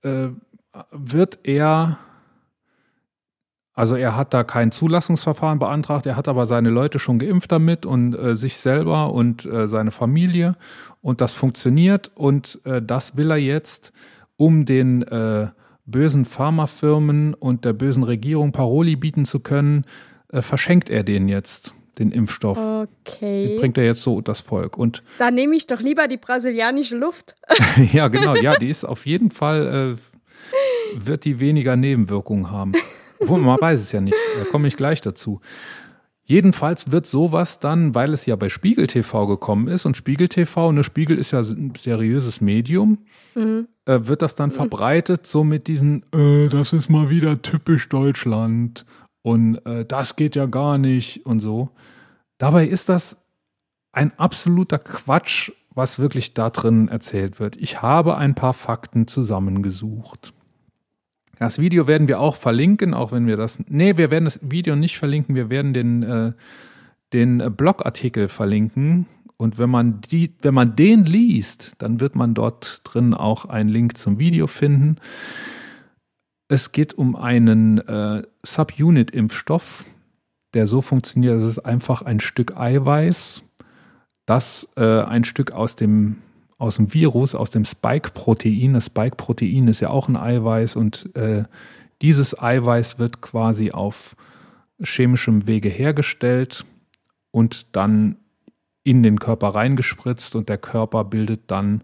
Speaker 2: wird er, also er hat da kein Zulassungsverfahren beantragt, er hat aber seine Leute schon geimpft damit und sich selber und seine Familie und das funktioniert und das will er jetzt, um den bösen Pharmafirmen und der bösen Regierung Paroli bieten zu können, verschenkt er den jetzt, den Impfstoff.
Speaker 1: Okay.
Speaker 2: Den bringt er jetzt so das Volk. Und
Speaker 1: da nehme ich doch lieber die brasilianische Luft.
Speaker 2: Ja, genau. Ja, die ist auf jeden Fall, wird die weniger Nebenwirkungen haben. Obwohl, man weiß es ja nicht. Da komme ich gleich dazu. Jedenfalls wird sowas dann, weil es ja bei Spiegel TV gekommen ist und Spiegel TV, ne, Spiegel ist ja ein seriöses Medium, wird das dann verbreitet so mit diesen, das ist mal wieder typisch Deutschland und das geht ja gar nicht und so. Dabei ist das ein absoluter Quatsch, was wirklich da drin erzählt wird. Ich habe ein paar Fakten zusammengesucht. Das Video werden wir auch verlinken, auch wenn wir wir werden das Video nicht verlinken, wir werden den Blogartikel verlinken und wenn man den liest, dann wird man dort drin auch einen Link zum Video finden. Es geht um einen Subunit-Impfstoff, der so funktioniert, es ist einfach ein Stück Eiweiß, das ein Stück aus dem Virus, aus dem Spike-Protein. Das Spike-Protein ist ja auch ein Eiweiß und dieses Eiweiß wird quasi auf chemischem Wege hergestellt und dann in den Körper reingespritzt und der Körper bildet dann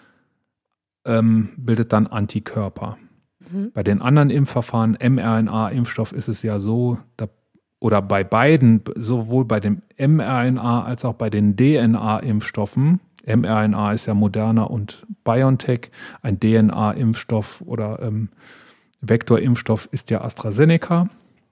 Speaker 2: Antikörper. Bei den anderen Impfverfahren, mRNA-Impfstoff, ist es ja so, oder bei beiden, sowohl bei dem mRNA als auch bei den DNA-Impfstoffen, mRNA ist ja Moderna und BioNTech, ein DNA-Impfstoff oder Vektorimpfstoff ist ja AstraZeneca.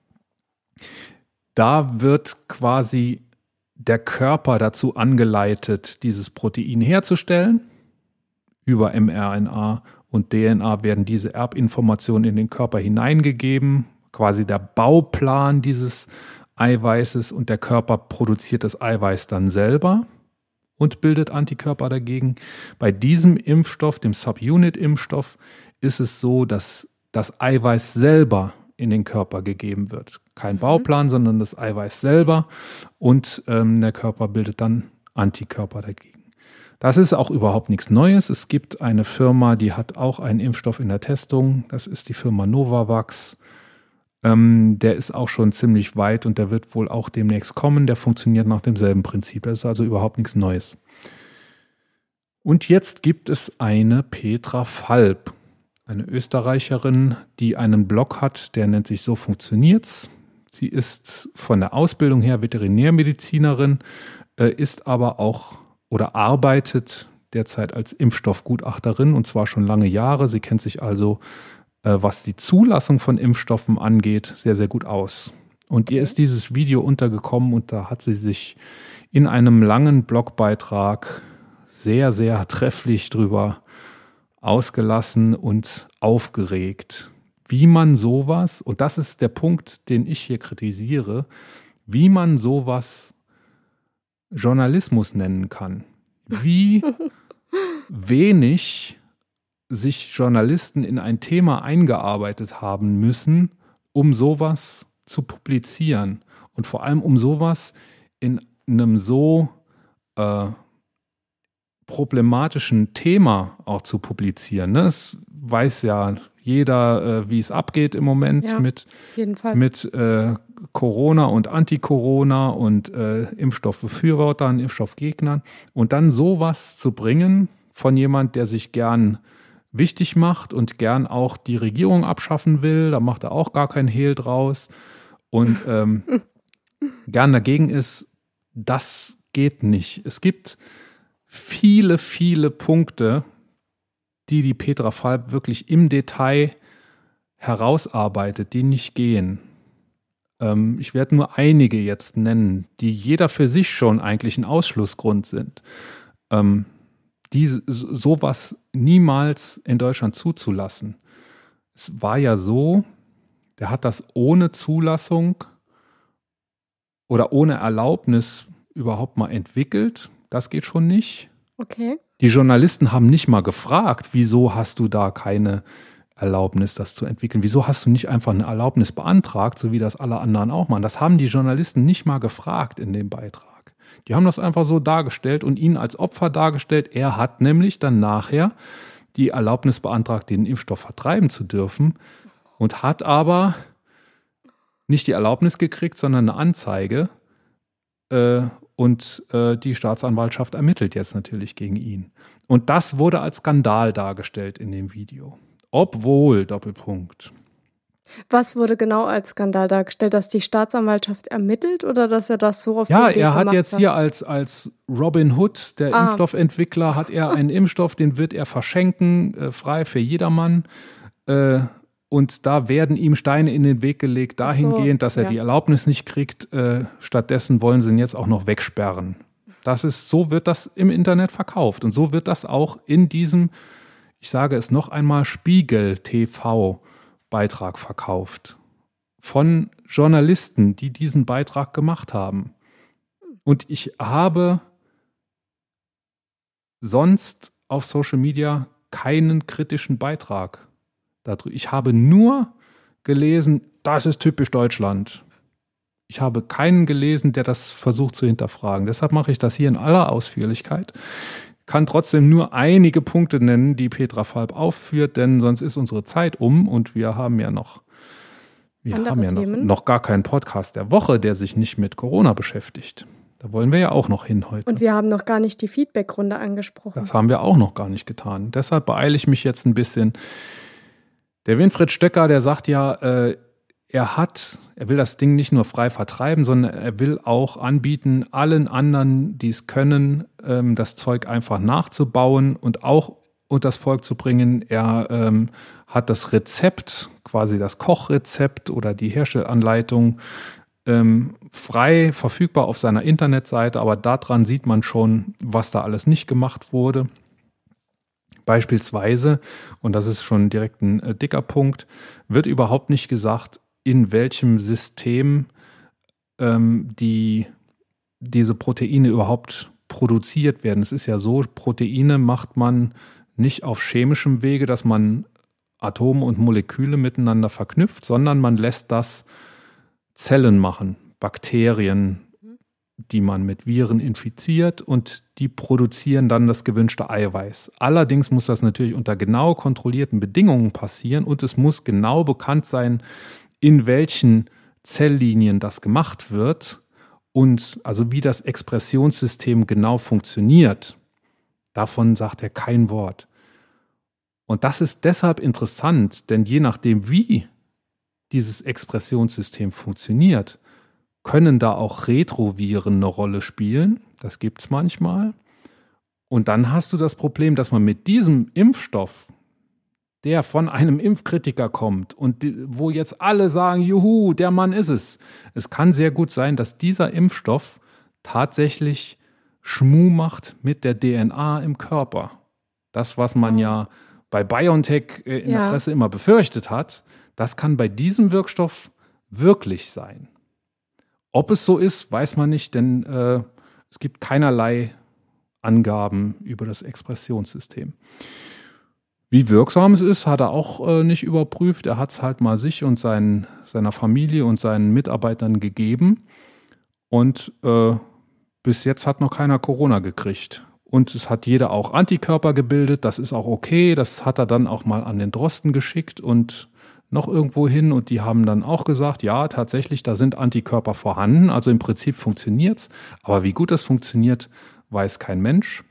Speaker 2: Da wird quasi der Körper dazu angeleitet, dieses Protein herzustellen. Über mRNA und DNA werden diese Erbinformationen in den Körper hineingegeben, quasi der Bauplan dieses Eiweißes und der Körper produziert das Eiweiß dann selber und bildet Antikörper dagegen. Bei diesem Impfstoff, dem Subunit-Impfstoff, ist es so, dass das Eiweiß selber in den Körper gegeben wird. Kein Bauplan, sondern das Eiweiß selber und der Körper bildet dann Antikörper dagegen. Das ist auch überhaupt nichts Neues. Es gibt eine Firma, die hat auch einen Impfstoff in der Testung. Das ist die Firma Novavax. Der ist auch schon ziemlich weit und der wird wohl auch demnächst kommen. Der funktioniert nach demselben Prinzip. Das ist also überhaupt nichts Neues. Und jetzt gibt es eine Petra Falb, eine Österreicherin, die einen Blog hat, der nennt sich So funktioniert's. Sie ist von der Ausbildung her Veterinärmedizinerin, ist aber auch oder arbeitet derzeit als Impfstoffgutachterin und zwar schon lange Jahre. Sie kennt sich also, was die Zulassung von Impfstoffen angeht, sehr, sehr gut aus. Und ihr ist dieses Video untergekommen und da hat sie sich in einem langen Blogbeitrag sehr, sehr trefflich drüber ausgelassen und aufgeregt, wie man sowas, und das ist der Punkt, den ich hier kritisiere, wie man sowas Journalismus nennen kann. Wie wenig sich Journalisten in ein Thema eingearbeitet haben müssen, um sowas zu publizieren. Und vor allem um sowas in einem so problematischen Thema auch zu publizieren. Ne? Es weiß ja jeder, wie es abgeht im Moment mit Corona und Anti-Corona und Impfstoffbefürwortern, Impfstoffgegnern. Und dann sowas zu bringen von jemand, der sich gern wichtig macht und gern auch die Regierung abschaffen will, da macht er auch gar kein Hehl draus und gern dagegen ist, das geht nicht. Es gibt viele, viele Punkte, die Petra Falb wirklich im Detail herausarbeitet, die nicht gehen. Ich werde nur einige jetzt nennen, die jeder für sich schon eigentlich ein Ausschlussgrund sind, die sowas niemals in Deutschland zuzulassen. Es war ja so, der hat das ohne Zulassung oder ohne Erlaubnis überhaupt mal entwickelt. Das geht schon nicht.
Speaker 1: Okay.
Speaker 2: Die Journalisten haben nicht mal gefragt, wieso hast du da keine Erlaubnis, das zu entwickeln? Wieso hast du nicht einfach eine Erlaubnis beantragt, so wie das alle anderen auch machen? Das haben die Journalisten nicht mal gefragt in dem Beitrag. Die haben das einfach so dargestellt und ihn als Opfer dargestellt. Er hat nämlich dann nachher die Erlaubnis beantragt, den Impfstoff vertreiben zu dürfen und hat aber nicht die Erlaubnis gekriegt, sondern eine Anzeige. Und die Staatsanwaltschaft ermittelt jetzt natürlich gegen ihn. Und das wurde als Skandal dargestellt in dem Video. Obwohl, Doppelpunkt.
Speaker 1: Was wurde genau als Skandal dargestellt? Dass die Staatsanwaltschaft ermittelt oder dass er das so auf den Weg gemacht hat?
Speaker 2: Ja, er hat jetzt hier als Robin Hood, der Impfstoffentwickler, hat er einen Impfstoff, den wird er verschenken, frei für jedermann. Und da werden ihm Steine in den Weg gelegt, dahingehend, dass er die Erlaubnis nicht kriegt. Stattdessen wollen sie ihn jetzt auch noch wegsperren. So wird das im Internet verkauft. Und so wird das auch in diesem, ich sage es noch einmal, Spiegel-TV-Beitrag verkauft. Von Journalisten, die diesen Beitrag gemacht haben. Und ich habe sonst auf Social Media keinen kritischen Beitrag. Ich habe nur gelesen, das ist typisch Deutschland. Ich habe keinen gelesen, der das versucht zu hinterfragen. Deshalb mache ich das hier in aller Ausführlichkeit. Kann trotzdem nur einige Punkte nennen, die Petra Falb aufführt, denn sonst ist unsere Zeit um und wir haben ja noch gar keinen Podcast der Woche, der sich nicht mit Corona beschäftigt. Da wollen wir ja auch noch hin heute.
Speaker 1: Und wir haben noch gar nicht die Feedback-Runde angesprochen.
Speaker 2: Das haben wir auch noch gar nicht getan. Deshalb beeile ich mich jetzt ein bisschen. Der Winfried Stöcker, der sagt ja, er will das Ding nicht nur frei vertreiben, sondern er will auch anbieten, allen anderen, die es können, das Zeug einfach nachzubauen und auch unter das Volk zu bringen. Er hat das Rezept, quasi das Kochrezept oder die Herstellanleitung frei verfügbar auf seiner Internetseite, aber daran sieht man schon, was da alles nicht gemacht wurde. Beispielsweise, und das ist schon direkt ein dicker Punkt, wird überhaupt nicht gesagt, in welchem System diese Proteine überhaupt produziert werden. Es ist ja so, Proteine macht man nicht auf chemischem Wege, dass man Atome und Moleküle miteinander verknüpft, sondern man lässt das Zellen machen, Bakterien, die man mit Viren infiziert und die produzieren dann das gewünschte Eiweiß. Allerdings muss das natürlich unter genau kontrollierten Bedingungen passieren und es muss genau bekannt sein, in welchen Zelllinien das gemacht wird und also wie das Expressionssystem genau funktioniert. Davon sagt er kein Wort. Und das ist deshalb interessant, denn je nachdem, wie dieses Expressionssystem funktioniert, können da auch Retroviren eine Rolle spielen. Das gibt es manchmal. Und dann hast du das Problem, dass man mit diesem Impfstoff, der von einem Impfkritiker kommt und wo jetzt alle sagen, juhu, der Mann ist es. Es kann sehr gut sein, dass dieser Impfstoff tatsächlich Schmuh macht mit der DNA im Körper. Das, was man ja bei BioNTech in der Presse immer befürchtet hat, das kann bei diesem Wirkstoff wirklich sein. Ob es so ist, weiß man nicht, denn es gibt keinerlei Angaben über das Expressionssystem. Wie wirksam es ist, hat er auch nicht überprüft. Er hat es halt mal sich und seiner Familie und seinen Mitarbeitern gegeben. Und bis jetzt hat noch keiner Corona gekriegt. Und es hat jeder auch Antikörper gebildet. Das ist auch okay. Das hat er dann auch mal an den Drosten geschickt und noch irgendwo hin. Und die haben dann auch gesagt, ja, tatsächlich, da sind Antikörper vorhanden. Also im Prinzip funktioniert's. Aber wie gut das funktioniert, weiß kein Mensch.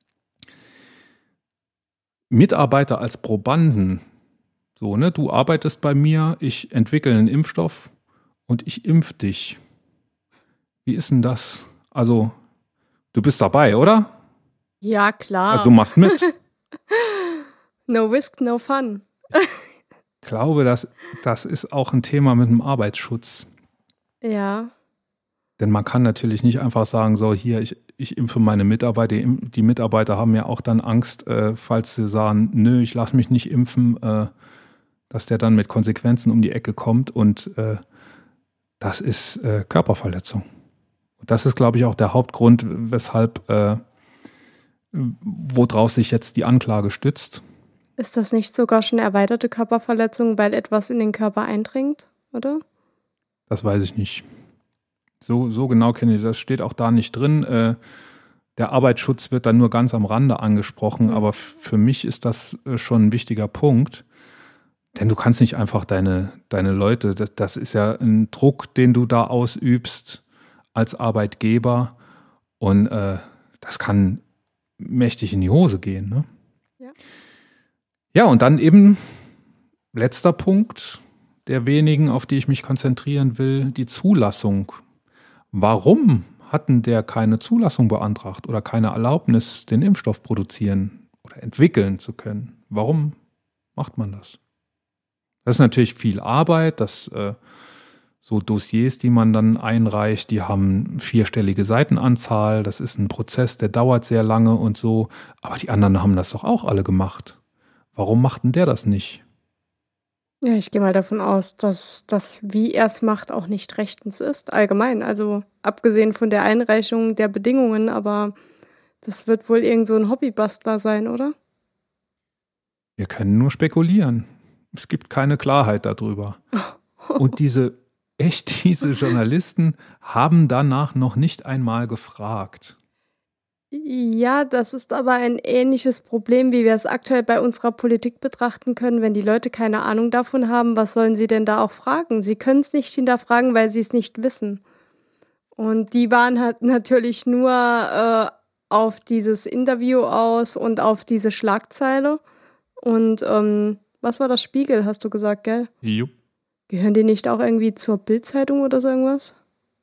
Speaker 2: Mitarbeiter als Probanden, so, ne, du arbeitest bei mir, ich entwickle einen Impfstoff und ich impf dich. Wie ist denn das? Also, du bist dabei, oder?
Speaker 1: Ja, klar.
Speaker 2: Also, du machst mit.
Speaker 1: No risk, no fun.
Speaker 2: Ich glaube, das ist auch ein Thema mit dem Arbeitsschutz.
Speaker 1: Ja.
Speaker 2: Denn man kann natürlich nicht einfach sagen, so hier, ich impfe meine Mitarbeiter. Die Mitarbeiter haben ja auch dann Angst, falls sie sagen, nö, ich lasse mich nicht impfen, dass der dann mit Konsequenzen um die Ecke kommt. Und das ist Körperverletzung. Und das ist, glaube ich, auch der Hauptgrund, weshalb, worauf sich jetzt die Anklage stützt.
Speaker 1: Ist das nicht sogar schon erweiterte Körperverletzung, weil etwas in den Körper eindringt, oder?
Speaker 2: Das weiß ich nicht. So genau kenne ich das. Steht auch da nicht drin. Der Arbeitsschutz wird dann nur ganz am Rande angesprochen, aber für mich ist das schon ein wichtiger Punkt. Denn du kannst nicht einfach deine Leute, das ist ja ein Druck, den du da ausübst als Arbeitgeber. Und das kann mächtig in die Hose gehen. Ne? Ja, und dann eben letzter Punkt der wenigen, auf die ich mich konzentrieren will, die Zulassung. Warum hatten der keine Zulassung beantragt oder keine Erlaubnis, den Impfstoff produzieren oder entwickeln zu können? Warum macht man das? Das ist natürlich viel Arbeit, so Dossiers, die man dann einreicht, die haben 4-stellige Seitenanzahl, das ist ein Prozess, der dauert sehr lange und so, aber die anderen haben das doch auch alle gemacht. Warum macht denn der das nicht?
Speaker 1: Ja, ich gehe mal davon aus, dass das, wie er es macht, auch nicht rechtens ist, allgemein. Also abgesehen von der Einreichung der Bedingungen, aber das wird wohl irgend so ein Hobbybastler sein, oder?
Speaker 2: Wir können nur spekulieren. Es gibt keine Klarheit darüber. Und diese Journalisten haben danach noch nicht einmal gefragt.
Speaker 1: Ja, das ist aber ein ähnliches Problem, wie wir es aktuell bei unserer Politik betrachten können. Wenn die Leute keine Ahnung davon haben, was sollen sie denn da auch fragen? Sie können es nicht hinterfragen, weil sie es nicht wissen. Und die waren halt natürlich nur auf dieses Interview aus und auf diese Schlagzeile. Und was war das? Spiegel, hast du gesagt, gell?
Speaker 2: Jupp.
Speaker 1: Gehören die nicht auch irgendwie zur Bild-Zeitung oder so irgendwas?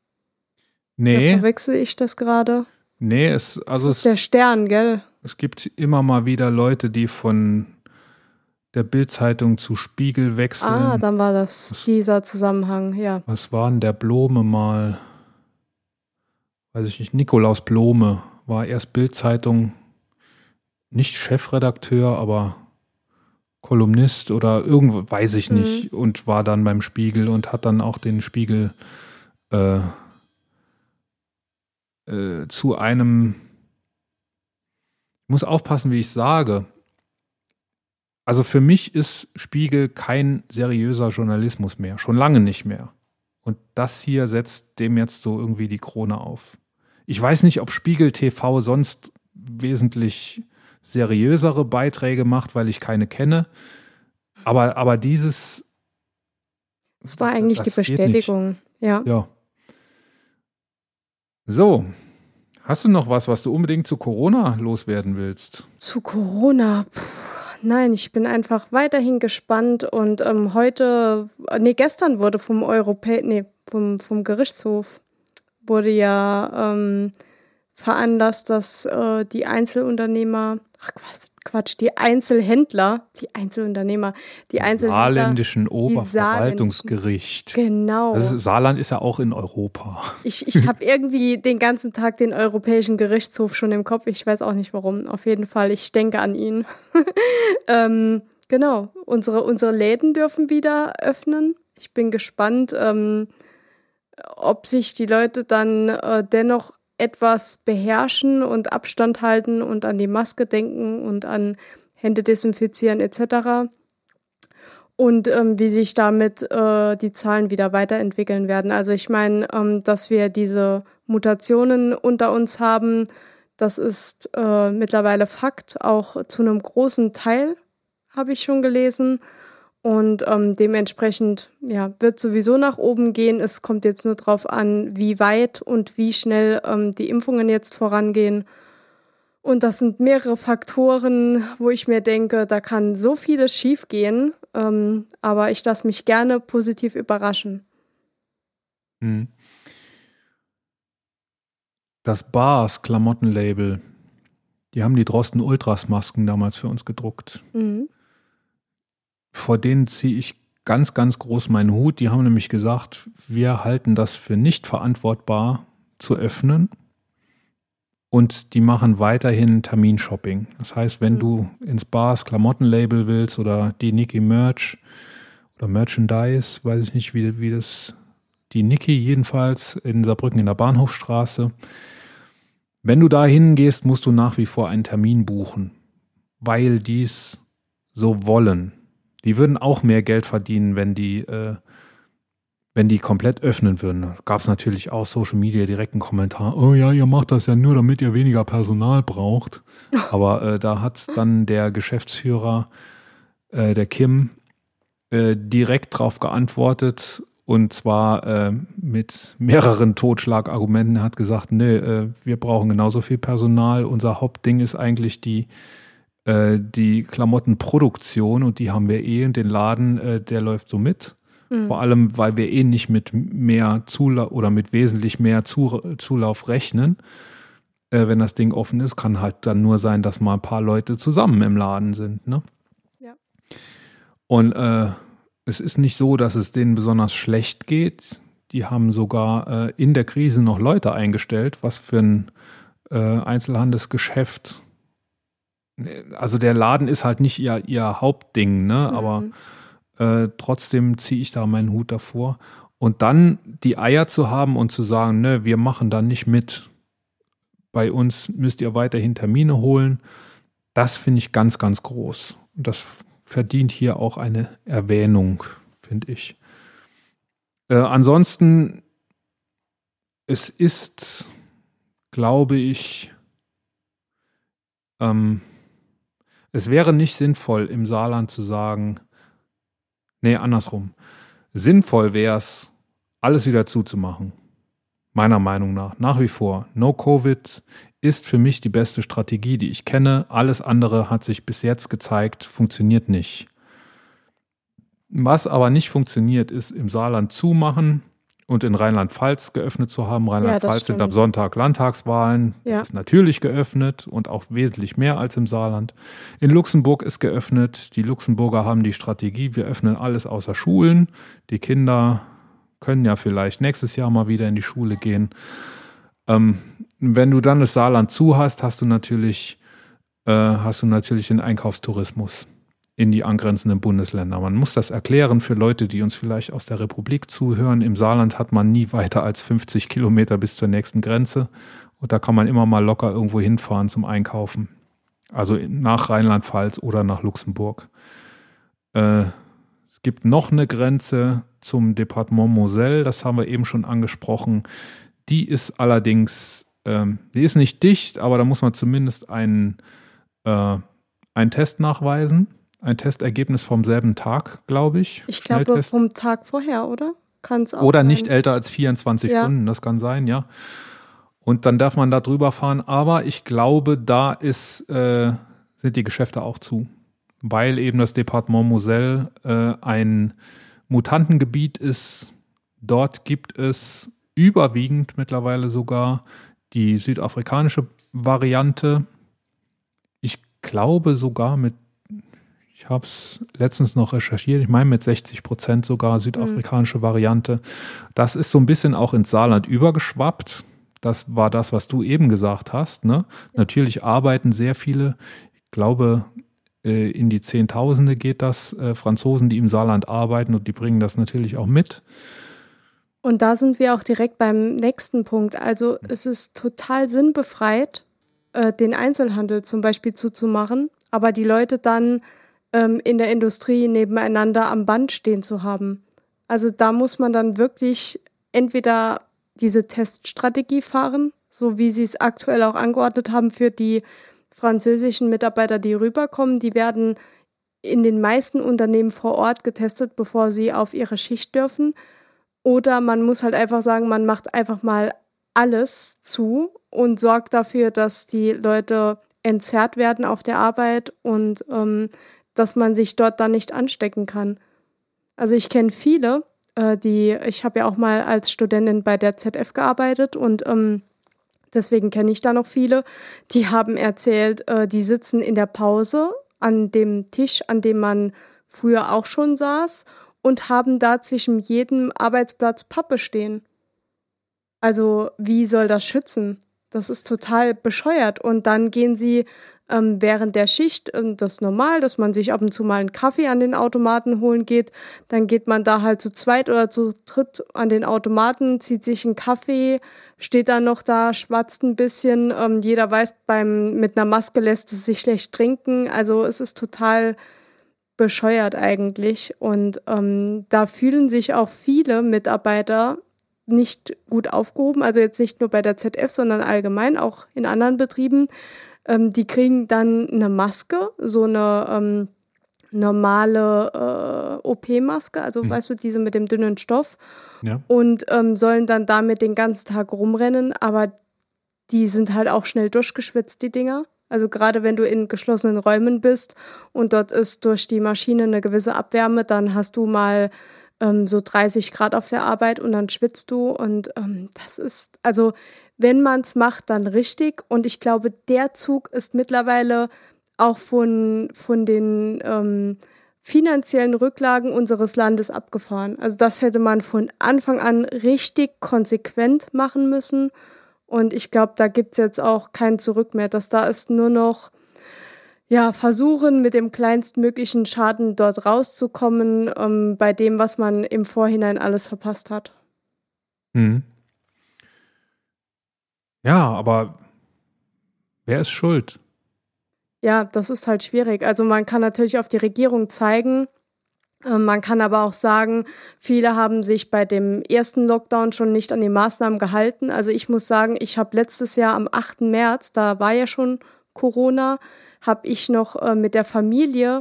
Speaker 2: Nee.
Speaker 1: Da verwechsel ich das gerade?
Speaker 2: Nee,
Speaker 1: das ist der Stern, gell?
Speaker 2: Es gibt immer mal wieder Leute, die von der Bild-Zeitung zu Spiegel wechseln.
Speaker 1: Ah, dann war das dieser Zusammenhang, ja.
Speaker 2: Was war denn der Blome mal? Weiß ich nicht, Nikolaus Blome war erst Bild-Zeitung, nicht Chefredakteur, aber Kolumnist oder irgendwo, weiß ich nicht, und war dann beim Spiegel und hat dann auch den Spiegel zu einem, ich muss aufpassen, wie ich sage. Also für mich ist Spiegel kein seriöser Journalismus mehr, schon lange nicht mehr. Und das hier setzt dem jetzt so irgendwie die Krone auf. Ich weiß nicht, ob Spiegel TV sonst wesentlich seriösere Beiträge macht, weil ich keine kenne. Aber dieses...
Speaker 1: Das war eigentlich die Bestätigung, ja. So, hast du noch was du unbedingt zu Corona loswerden willst? Zu Corona? Nein, ich bin einfach weiterhin gespannt und gestern wurde vom Gerichtshof wurde ja veranlasst, dass die Einzelunternehmer, die
Speaker 2: Saarländischen Oberverwaltungsgericht.
Speaker 1: Genau.
Speaker 2: Saarland ist ja auch in Europa.
Speaker 1: Ich habe irgendwie den ganzen Tag den Europäischen Gerichtshof schon im Kopf. Ich weiß auch nicht warum. Auf jeden Fall, ich denke an ihn. Genau, unsere Läden dürfen wieder öffnen. Ich bin gespannt, ob sich die Leute dann dennoch etwas beherrschen und Abstand halten und an die Maske denken und an Hände desinfizieren etc. Und wie sich damit die Zahlen wieder weiterentwickeln werden. Also ich meine, dass wir diese Mutationen unter uns haben, das ist mittlerweile Fakt, auch zu einem großen Teil, habe ich schon gelesen. Und dementsprechend wird sowieso nach oben gehen. Es kommt jetzt nur darauf an, wie weit und wie schnell die Impfungen jetzt vorangehen. Und das sind mehrere Faktoren, wo ich mir denke, da kann so vieles schiefgehen. Aber ich lasse mich gerne positiv überraschen.
Speaker 2: Das Bars Klamottenlabel, die haben die Drosten Ultras Masken damals für uns gedruckt. Vor denen ziehe ich ganz, ganz groß meinen Hut. Die haben nämlich gesagt, wir halten das für nicht verantwortbar zu öffnen. Und die machen weiterhin Terminshopping. Das heißt, wenn du ins Bars Klamottenlabel willst oder die Niki Merch oder Merchandise, weiß ich nicht, wie das, die Niki jedenfalls in Saarbrücken in der Bahnhofstraße. Wenn du da hingehst, musst du nach wie vor einen Termin buchen, weil dies so wollen, die würden auch mehr Geld verdienen, wenn die komplett öffnen würden. Da gab es natürlich auch Social Media direkt einen Kommentar, oh ja, ihr macht das ja nur, damit ihr weniger Personal braucht. Aber da hat dann der Geschäftsführer, der Kim, direkt drauf geantwortet, und zwar mit mehreren Totschlagargumenten. Er hat gesagt, nee, wir brauchen genauso viel Personal. Unser Hauptding ist eigentlich die Klamottenproduktion, und die haben wir und den Laden, der läuft so mit. Vor allem, weil wir nicht mit mehr Zulauf oder mit wesentlich mehr Zulauf rechnen. Wenn das Ding offen ist, kann halt dann nur sein, dass mal ein paar Leute zusammen im Laden sind. Ne?
Speaker 1: Ja.
Speaker 2: Und es ist nicht so, dass es denen besonders schlecht geht. Die haben sogar in der Krise noch Leute eingestellt, was für ein Einzelhandelsgeschäft. Also der Laden ist halt nicht ihr Hauptding, ne? Aber trotzdem ziehe ich da meinen Hut davor. Und dann die Eier zu haben und zu sagen, ne, wir machen da nicht mit. Bei uns müsst ihr weiterhin Termine holen. Das finde ich ganz, ganz groß. Und das verdient hier auch eine Erwähnung, finde ich. Ansonsten, es ist, glaube ich, es wäre nicht sinnvoll, im Saarland zu sagen, nee, andersrum. Sinnvoll wäre es, alles wieder zuzumachen. Meiner Meinung nach wie vor. No Covid ist für mich die beste Strategie, die ich kenne. Alles andere hat sich bis jetzt gezeigt, funktioniert nicht. Was aber nicht funktioniert, ist im Saarland zumachen und in Rheinland-Pfalz geöffnet zu haben. Rheinland-Pfalz sind am Sonntag Landtagswahlen. Ja. Ist natürlich geöffnet und auch wesentlich mehr als im Saarland. In Luxemburg ist geöffnet. Die Luxemburger haben die Strategie, wir öffnen alles außer Schulen. Die Kinder können ja vielleicht nächstes Jahr mal wieder in die Schule gehen. Wenn du dann das Saarland zu hast, hast du natürlich den Einkaufstourismus in die angrenzenden Bundesländer. Man muss das erklären für Leute, die uns vielleicht aus der Republik zuhören. Im Saarland hat man nie weiter als 50 Kilometer bis zur nächsten Grenze. Und da kann man immer mal locker irgendwo hinfahren zum Einkaufen. Also nach Rheinland-Pfalz oder nach Luxemburg. Es gibt noch eine Grenze zum Departement Moselle, das haben wir eben schon angesprochen. Die ist allerdings, die ist nicht dicht, aber da muss man zumindest einen Test nachweisen. Ein Testergebnis vom selben Tag, glaube ich.
Speaker 1: Ich glaube vom Tag vorher, oder? Kann es auch
Speaker 2: oder
Speaker 1: sein.
Speaker 2: Nicht älter als 24 Stunden, das kann sein, ja. Und dann darf man da drüber fahren. Aber ich glaube, da sind die Geschäfte auch zu. Weil eben das Departement Moselle ein Mutantengebiet ist. Dort gibt es überwiegend mittlerweile sogar die südafrikanische Variante. Ich glaube sogar ich habe es letztens noch recherchiert, ich meine mit 60% sogar südafrikanische Variante. Das ist so ein bisschen auch ins Saarland übergeschwappt. Das war das, was du eben gesagt hast. Ne? Natürlich arbeiten sehr viele, ich glaube in die Zehntausende geht das, Franzosen, die im Saarland arbeiten, und die bringen das natürlich auch mit.
Speaker 1: Und da sind wir auch direkt beim nächsten Punkt. Also es ist total sinnbefreit, den Einzelhandel zum Beispiel zuzumachen, aber die Leute dann in der Industrie nebeneinander am Band stehen zu haben. Also da muss man dann wirklich entweder diese Teststrategie fahren, so wie sie es aktuell auch angeordnet haben für die französischen Mitarbeiter, die rüberkommen. Die werden in den meisten Unternehmen vor Ort getestet, bevor sie auf ihre Schicht dürfen. Oder man muss halt einfach sagen, man macht einfach mal alles zu und sorgt dafür, dass die Leute entzerrt werden auf der Arbeit und dass man sich dort dann nicht anstecken kann. Also ich kenne viele, ich habe ja auch mal als Studentin bei der ZF gearbeitet und deswegen kenne ich da noch viele, die haben erzählt, die sitzen in der Pause an dem Tisch, an dem man früher auch schon saß, und haben da zwischen jedem Arbeitsplatz Pappe stehen. Also wie soll das schützen? Das ist total bescheuert. Und dann gehen sie während der Schicht, das ist normal, dass man sich ab und zu mal einen Kaffee an den Automaten holen geht. Dann geht man da halt zu zweit oder zu dritt an den Automaten, zieht sich einen Kaffee, steht dann noch da, schwatzt ein bisschen. Jeder weiß, mit einer Maske lässt es sich schlecht trinken. Also es ist total bescheuert eigentlich. Und da fühlen sich auch viele Mitarbeiter nicht gut aufgehoben. Also jetzt nicht nur bei der ZF, sondern allgemein auch in anderen Betrieben. Die kriegen dann eine Maske, so eine normale OP-Maske, also weißt du, diese mit dem dünnen Stoff.
Speaker 2: Ja.
Speaker 1: Und sollen dann damit den ganzen Tag rumrennen, aber die sind halt auch schnell durchgeschwitzt, die Dinger. Also gerade wenn du in geschlossenen Räumen bist und dort ist durch die Maschine eine gewisse Abwärme, dann hast du mal so 30 Grad auf der Arbeit und dann schwitzt du und das ist, also wenn man es macht, dann richtig. Und ich glaube, der Zug ist mittlerweile auch von den finanziellen Rücklagen unseres Landes abgefahren. Also das hätte man von Anfang an richtig konsequent machen müssen. Und ich glaube, da gibt es jetzt auch kein Zurück mehr. Da ist nur noch versuchen, mit dem kleinstmöglichen Schaden dort rauszukommen, bei dem, was man im Vorhinein alles verpasst hat.
Speaker 2: Ja, aber wer ist schuld?
Speaker 1: Ja, das ist halt schwierig. Also man kann natürlich auf die Regierung zeigen, man kann aber auch sagen, viele haben sich bei dem ersten Lockdown schon nicht an die Maßnahmen gehalten. Also ich muss sagen, ich habe letztes Jahr am 8. März, da war ja schon Corona, habe ich noch mit der Familie,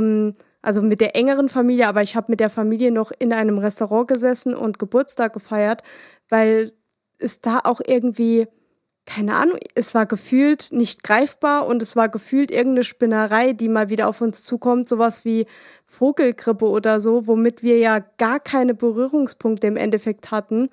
Speaker 1: also mit der engeren Familie, aber ich habe mit der Familie noch in einem Restaurant gesessen und Geburtstag gefeiert, weil es da auch irgendwie, keine Ahnung, es war gefühlt nicht greifbar und es war gefühlt irgendeine Spinnerei, die mal wieder auf uns zukommt, sowas wie Vogelgrippe oder so, womit wir ja gar keine Berührungspunkte im Endeffekt hatten.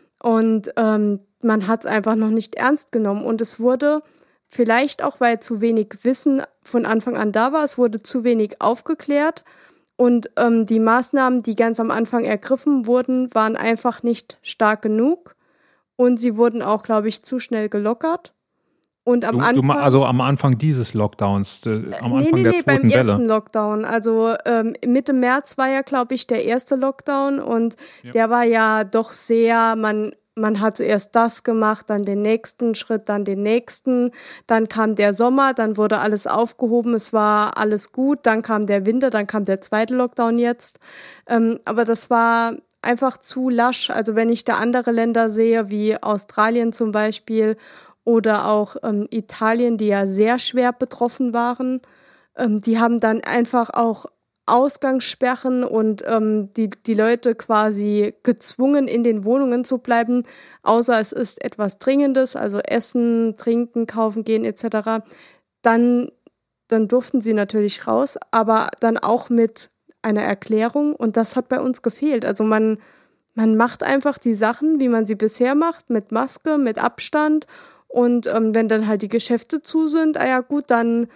Speaker 1: Und man hat es einfach noch nicht ernst genommen. Und es wurde, vielleicht auch, weil zu wenig Wissen von Anfang an da war, es wurde zu wenig aufgeklärt. Und die Maßnahmen, die ganz am Anfang ergriffen wurden, waren einfach nicht stark genug. Und sie wurden auch, glaube ich, zu schnell gelockert. Und am Anfang.
Speaker 2: Also am Anfang dieses Lockdowns, am Anfang der zweiten
Speaker 1: beim
Speaker 2: Welle.
Speaker 1: Ersten Lockdown. Also Mitte März war ja, glaube ich, der erste Lockdown und der war ja doch sehr, man hat zuerst das gemacht, dann den nächsten Schritt, dann den nächsten. Dann kam der Sommer, dann wurde alles aufgehoben, es war alles gut. Dann kam der Winter, dann kam der zweite Lockdown jetzt. Aber das war einfach zu lasch. Also wenn ich da andere Länder sehe, wie Australien zum Beispiel oder auch Italien, die ja sehr schwer betroffen waren, die haben dann einfach auch Ausgangssperren und die Leute quasi gezwungen, in den Wohnungen zu bleiben, außer es ist etwas Dringendes, also Essen, Trinken, Kaufen gehen etc. Dann durften sie natürlich raus, aber dann auch mit einer Erklärung und das hat bei uns gefehlt. Also man macht einfach die Sachen, wie man sie bisher macht, mit Maske, mit Abstand und wenn dann halt die Geschäfte zu sind, gut, dann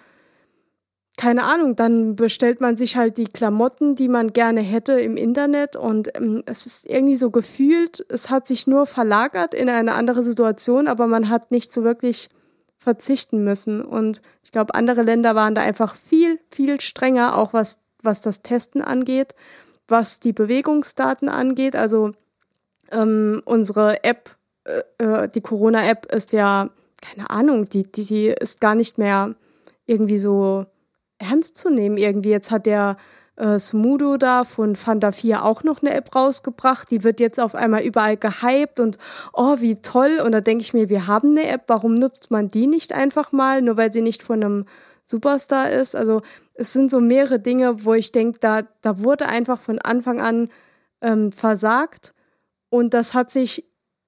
Speaker 1: keine Ahnung, dann bestellt man sich halt die Klamotten, die man gerne hätte im Internet und es ist irgendwie so gefühlt, es hat sich nur verlagert in eine andere Situation, aber man hat nicht so wirklich verzichten müssen und ich glaube, andere Länder waren da einfach viel, viel strenger, auch was das Testen angeht, was die Bewegungsdaten angeht, also unsere App, die Corona-App ist ja, keine Ahnung, die ist gar nicht mehr irgendwie so ernst zu nehmen irgendwie. Jetzt hat der Smudo da von Fanta 4 auch noch eine App rausgebracht, die wird jetzt auf einmal überall gehypt und wie toll und da denke ich mir, wir haben eine App, warum nutzt man die nicht einfach mal, nur weil sie nicht von einem Superstar ist, also es sind so mehrere Dinge, wo ich denke, da wurde einfach von Anfang an versagt und das hat sich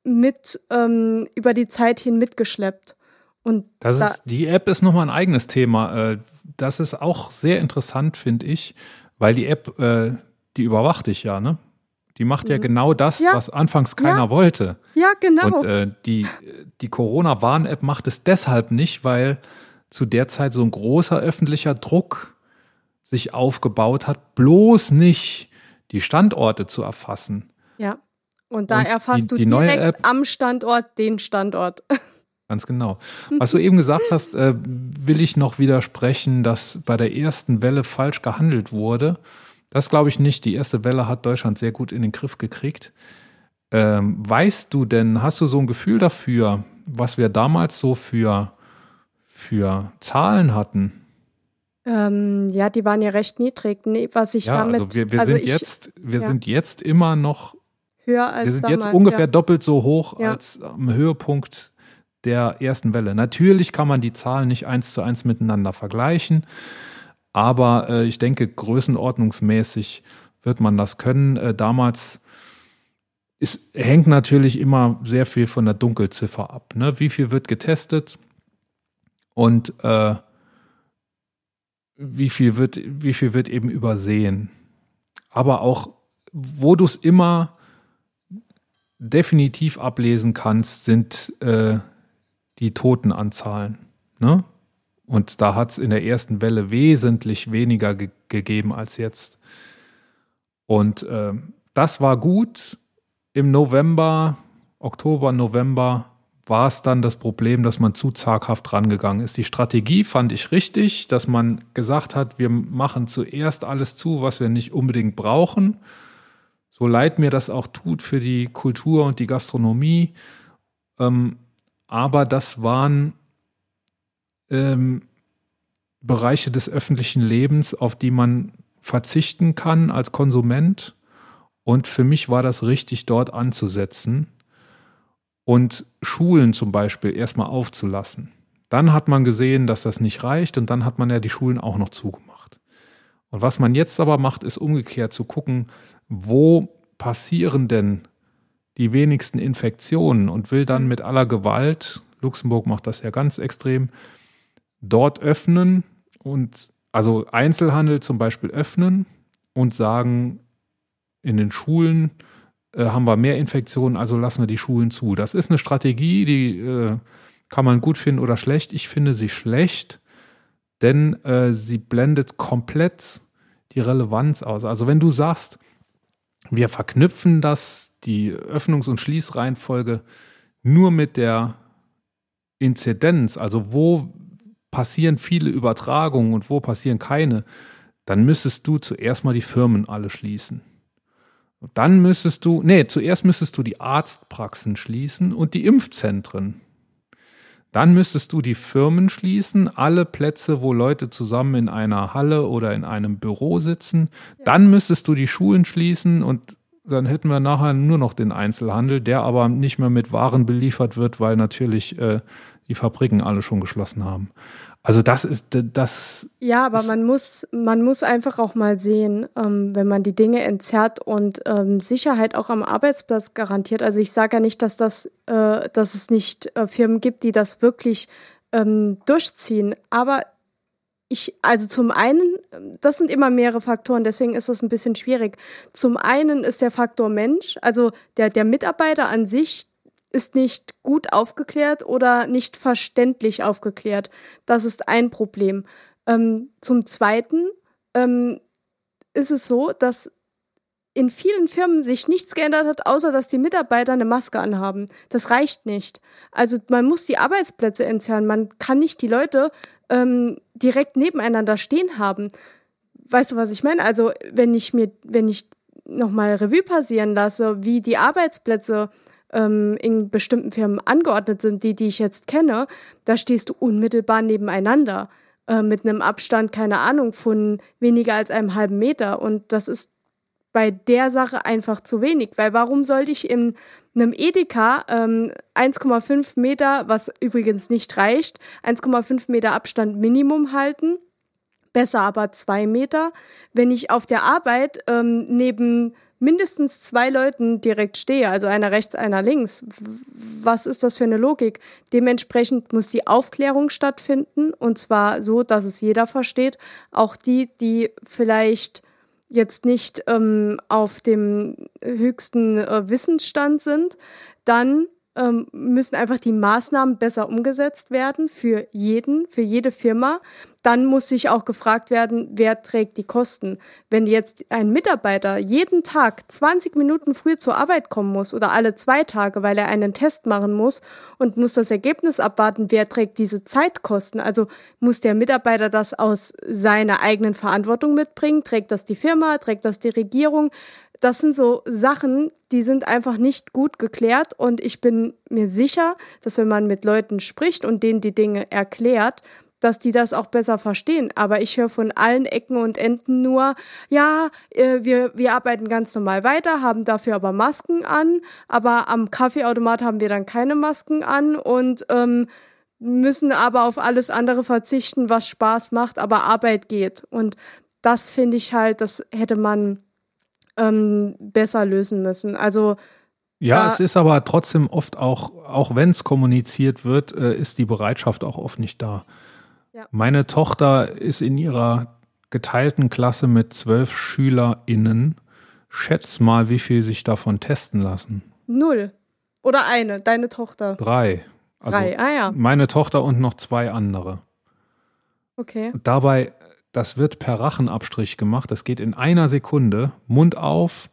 Speaker 1: über die Zeit hin mitgeschleppt. Und
Speaker 2: die App ist nochmal ein eigenes Thema. Das ist auch sehr interessant, finde ich, weil die App, die überwacht dich ja, ne? Die macht ja genau das, was anfangs keiner wollte.
Speaker 1: Ja, genau.
Speaker 2: Und die Corona-Warn-App macht es deshalb nicht, weil zu der Zeit so ein großer öffentlicher Druck sich aufgebaut hat, bloß nicht die Standorte zu erfassen.
Speaker 1: Ja, und da erfasst du direkt am Standort den Standort.
Speaker 2: Ganz genau. Was du eben gesagt hast, will ich noch widersprechen, dass bei der ersten Welle falsch gehandelt wurde. Das glaube ich nicht. Die erste Welle hat Deutschland sehr gut in den Griff gekriegt. Weißt du denn, hast du so ein Gefühl dafür, was wir damals so für Zahlen hatten?
Speaker 1: Ja, die waren ja recht niedrig. Nee, was ich damit.
Speaker 2: Also wir sind jetzt immer noch
Speaker 1: höher als
Speaker 2: wir sind
Speaker 1: damals,
Speaker 2: jetzt ungefähr doppelt so hoch als am Höhepunkt der ersten Welle. Natürlich kann man die Zahlen nicht 1:1 miteinander vergleichen, aber ich denke, größenordnungsmäßig wird man das können. Damals hängt natürlich immer sehr viel von der Dunkelziffer ab. Ne? Wie viel wird getestet und wie viel wird eben übersehen. Aber auch, wo du es immer definitiv ablesen kannst, sind die Totenanzahlen. Ne? Und da hat es in der ersten Welle wesentlich weniger gegeben als jetzt. Und das war gut. Im Oktober, November war es dann das Problem, dass man zu zaghaft rangegangen ist. Die Strategie fand ich richtig, dass man gesagt hat, wir machen zuerst alles zu, was wir nicht unbedingt brauchen. So leid mir das auch tut für die Kultur und die Gastronomie. Aber das waren Bereiche des öffentlichen Lebens, auf die man verzichten kann als Konsument. Und für mich war das richtig, dort anzusetzen und Schulen zum Beispiel erstmal aufzulassen. Dann hat man gesehen, dass das nicht reicht und dann hat man ja die Schulen auch noch zugemacht. Und was man jetzt aber macht, ist umgekehrt zu gucken, wo passieren denn die wenigsten Infektionen und will dann mit aller Gewalt, Luxemburg macht das ja ganz extrem, dort öffnen und also Einzelhandel zum Beispiel öffnen und sagen, in den Schulen haben wir mehr Infektionen, also lassen wir die Schulen zu. Das ist eine Strategie, die kann man gut finden oder schlecht. Ich finde sie schlecht, denn sie blendet komplett die Relevanz aus. Also wenn du sagst, wir verknüpfen die Öffnungs- und Schließreihenfolge nur mit der Inzidenz, also wo passieren viele Übertragungen und wo passieren keine, dann müsstest du zuerst mal die Firmen alle schließen. Und dann zuerst müsstest du die Arztpraxen schließen und die Impfzentren. Dann müsstest du die Firmen schließen, alle Plätze, wo Leute zusammen in einer Halle oder in einem Büro sitzen. Dann müsstest du die Schulen schließen und dann hätten wir nachher nur noch den Einzelhandel, der aber nicht mehr mit Waren beliefert wird, weil natürlich die Fabriken alle schon geschlossen haben. Also das ist das.
Speaker 1: Ja, aber man muss einfach auch mal sehen, wenn man die Dinge entzerrt und Sicherheit auch am Arbeitsplatz garantiert. Also ich sage ja nicht, dass es nicht Firmen gibt, die das wirklich durchziehen. Aber also zum einen, das sind immer mehrere Faktoren, deswegen ist das ein bisschen schwierig. Zum einen ist der Faktor Mensch, also der Mitarbeiter an sich ist nicht gut aufgeklärt oder nicht verständlich aufgeklärt. Das ist ein Problem. Zum Zweiten ist es so, dass in vielen Firmen sich nichts geändert hat, außer dass die Mitarbeiter eine Maske anhaben. Das reicht nicht. Also man muss die Arbeitsplätze entzerren. Man kann nicht die Leute direkt nebeneinander stehen haben. Weißt du, was ich meine? Also wenn ich nochmal Revue passieren lasse, wie die Arbeitsplätze in bestimmten Firmen angeordnet sind, die ich jetzt kenne, da stehst du unmittelbar nebeneinander mit einem Abstand, keine Ahnung, von weniger als einem halben Meter. Und das ist bei der Sache einfach zu wenig, weil warum sollte ich in einem Edeka 1,5 Meter, was übrigens nicht reicht, 1,5 Meter Abstand Minimum halten, besser aber 2 Meter, wenn ich auf der Arbeit neben mindestens 2 Leuten direkt stehe, also einer rechts, einer links. Was ist das für eine Logik? Dementsprechend muss die Aufklärung stattfinden und zwar so, dass es jeder versteht, auch die vielleicht jetzt nicht auf dem höchsten Wissensstand sind, dann müssen einfach die Maßnahmen besser umgesetzt werden für jede Firma. Dann muss sich auch gefragt werden, wer trägt die Kosten. Wenn jetzt ein Mitarbeiter jeden Tag 20 Minuten früh zur Arbeit kommen muss oder alle 2 Tage, weil er einen Test machen muss und muss das Ergebnis abwarten, wer trägt diese Zeitkosten? Also muss der Mitarbeiter das aus seiner eigenen Verantwortung mitbringen? Trägt das die Firma? Trägt das die Regierung? Das sind so Sachen, die sind einfach nicht gut geklärt und ich bin mir sicher, dass wenn man mit Leuten spricht und denen die Dinge erklärt, dass die das auch besser verstehen. Aber ich höre von allen Ecken und Enden nur, ja, wir arbeiten ganz normal weiter, haben dafür aber Masken an, aber am Kaffeeautomat haben wir dann keine Masken an und müssen aber auf alles andere verzichten, was Spaß macht, aber Arbeit geht. Und das finde ich halt, das hätte man besser lösen müssen. Also
Speaker 2: ja, es ist aber trotzdem oft auch wenn es kommuniziert wird, ist die Bereitschaft auch oft nicht da. Ja. Meine Tochter ist in ihrer geteilten Klasse mit 12 SchülerInnen. Schätz mal, wie viel sich davon testen lassen.
Speaker 1: 0. Oder eine, deine Tochter.
Speaker 2: 3. Also
Speaker 1: 3, ja.
Speaker 2: Meine Tochter und noch 2 andere.
Speaker 1: Okay.
Speaker 2: Und dabei, das wird per Rachenabstrich gemacht. Das geht in einer Sekunde. Mund auf,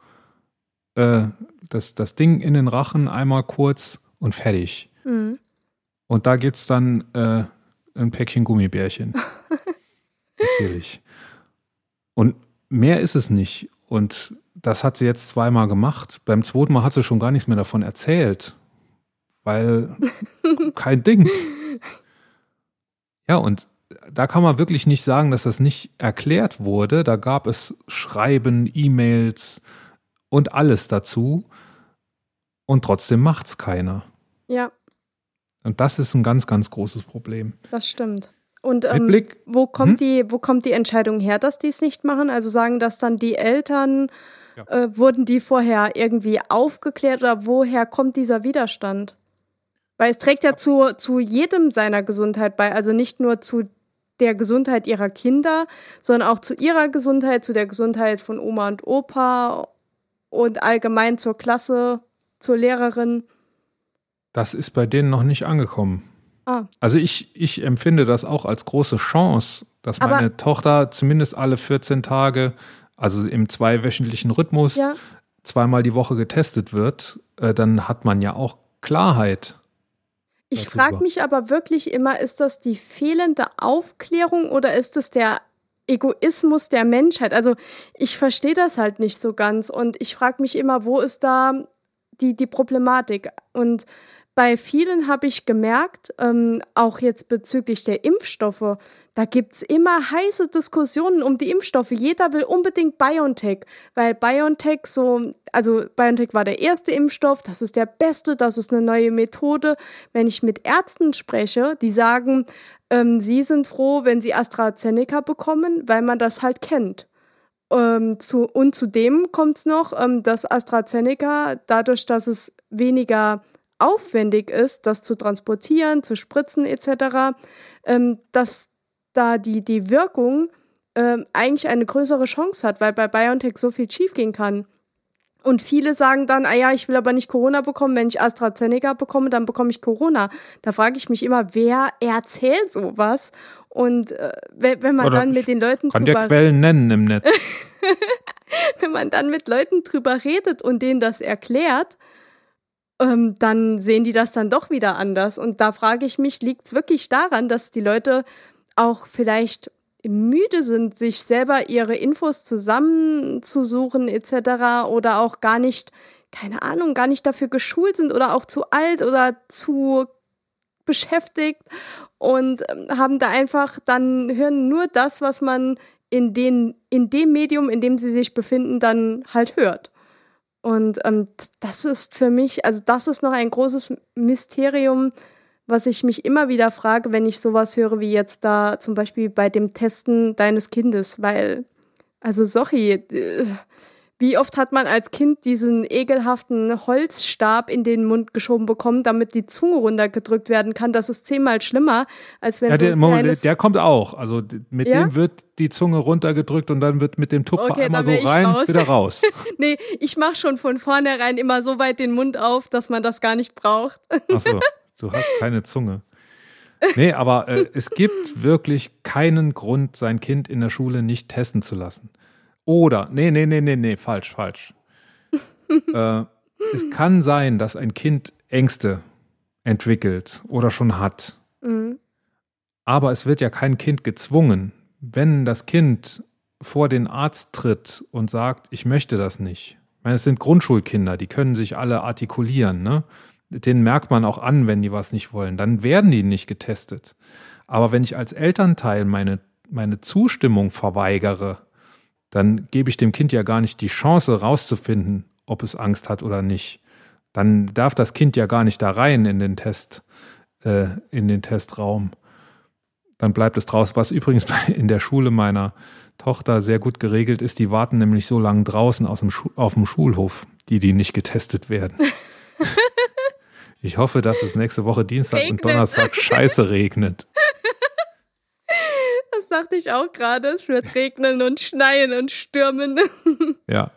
Speaker 2: das Ding in den Rachen einmal kurz und fertig. Mhm. Und da gibt es dann ein Päckchen Gummibärchen. Natürlich. Und mehr ist es nicht. Und das hat sie jetzt 2-mal gemacht. Beim 2. Mal hat sie schon gar nichts mehr davon erzählt. Weil kein Ding. Ja, und da kann man wirklich nicht sagen, dass das nicht erklärt wurde. Da gab es Schreiben, E-Mails und alles dazu. Und trotzdem macht's keiner.
Speaker 1: Ja.
Speaker 2: Und das ist ein ganz, ganz großes Problem.
Speaker 1: Das stimmt. Und wo kommt die Entscheidung her, dass die es nicht machen? Also sagen das dann die Eltern, wurden die vorher irgendwie aufgeklärt oder woher kommt dieser Widerstand? Weil es trägt ja zu jedem seiner Gesundheit bei, also nicht nur zu der Gesundheit ihrer Kinder, sondern auch zu ihrer Gesundheit, zu der Gesundheit von Oma und Opa und allgemein zur Klasse, zur Lehrerin.
Speaker 2: Das ist bei denen noch nicht angekommen. Also ich empfinde das auch als große Chance, dass meine Tochter zumindest alle 14 Tage, also im 2-wöchentlichen Rhythmus, 2-mal die Woche getestet wird. Dann hat man ja auch Klarheit.
Speaker 1: Ich frage mich aber wirklich immer, ist das die fehlende Aufklärung oder ist es der Egoismus der Menschheit? Also ich verstehe das halt nicht so ganz und ich frage mich immer, wo ist da die Problematik? Und bei vielen habe ich gemerkt, auch jetzt bezüglich der Impfstoffe, da gibt es immer heiße Diskussionen um die Impfstoffe. Jeder will unbedingt BioNTech, weil BioNTech BioNTech war der erste Impfstoff, das ist der beste, das ist eine neue Methode. Wenn ich mit Ärzten spreche, die sagen, sie sind froh, wenn sie AstraZeneca bekommen, weil man das halt kennt. Und zudem kommt es noch, dass AstraZeneca, dadurch, dass es weniger aufwendig ist, das zu transportieren, zu spritzen etc., dass da die Wirkung eigentlich eine größere Chance hat, weil bei BioNTech so viel schiefgehen kann. Und viele sagen dann, ich will aber nicht Corona bekommen, wenn ich AstraZeneca bekomme, dann bekomme ich Corona. Da frage ich mich immer, wer erzählt sowas? Und wenn man dann mit den Leuten
Speaker 2: kann der Quellen nennen im Netz.
Speaker 1: Wenn man dann mit Leuten drüber redet und denen das erklärt, dann sehen die das dann doch wieder anders. Und da frage ich mich, liegt es wirklich daran, dass die Leute auch vielleicht müde sind, sich selber ihre Infos zusammenzusuchen etc. oder auch gar nicht, keine Ahnung, gar nicht dafür geschult sind oder auch zu alt oder zu beschäftigt und haben da einfach, dann hören nur das, was man in dem Medium, in dem sie sich befinden, dann halt hört. Und das ist für mich, also das ist noch ein großes Mysterium, was ich mich immer wieder frage, wenn ich sowas höre wie jetzt da zum Beispiel bei dem Testen deines Kindes, weil, also sorry, wie oft hat man als Kind diesen ekelhaften Holzstab in den Mund geschoben bekommen, damit die Zunge runtergedrückt werden kann? Das ist 10-mal schlimmer, als wenn
Speaker 2: der kommt auch. Also mit dem wird die Zunge runtergedrückt und dann wird mit dem Tupfer einmal so rein, wieder raus.
Speaker 1: Nee, ich mache schon von vornherein immer so weit den Mund auf, dass man das gar nicht braucht.
Speaker 2: Ach so, du hast keine Zunge. Nee, aber es gibt wirklich keinen Grund, sein Kind in der Schule nicht testen zu lassen. Oder, nee, falsch. Es kann sein, dass ein Kind Ängste entwickelt oder schon hat. Mhm. Aber es wird ja kein Kind gezwungen. Wenn das Kind vor den Arzt tritt und sagt, ich möchte das nicht. Ich meine, es sind Grundschulkinder, die können sich alle artikulieren, ne? Denen merkt man auch an, wenn die was nicht wollen. Dann werden die nicht getestet. Aber wenn ich als Elternteil meine Zustimmung verweigere, dann gebe ich dem Kind ja gar nicht die Chance rauszufinden, ob es Angst hat oder nicht. Dann darf das Kind ja gar nicht da rein in den Testraum. Dann bleibt es draußen, was übrigens in der Schule meiner Tochter sehr gut geregelt ist. Die warten nämlich so lange draußen auf dem Schulhof, die nicht getestet werden. Ich hoffe, dass es nächste Woche Dienstag und Donnerstag scheiße regnet.
Speaker 1: Das dachte ich auch gerade. Es wird regnen und schneien und stürmen.
Speaker 2: Ja.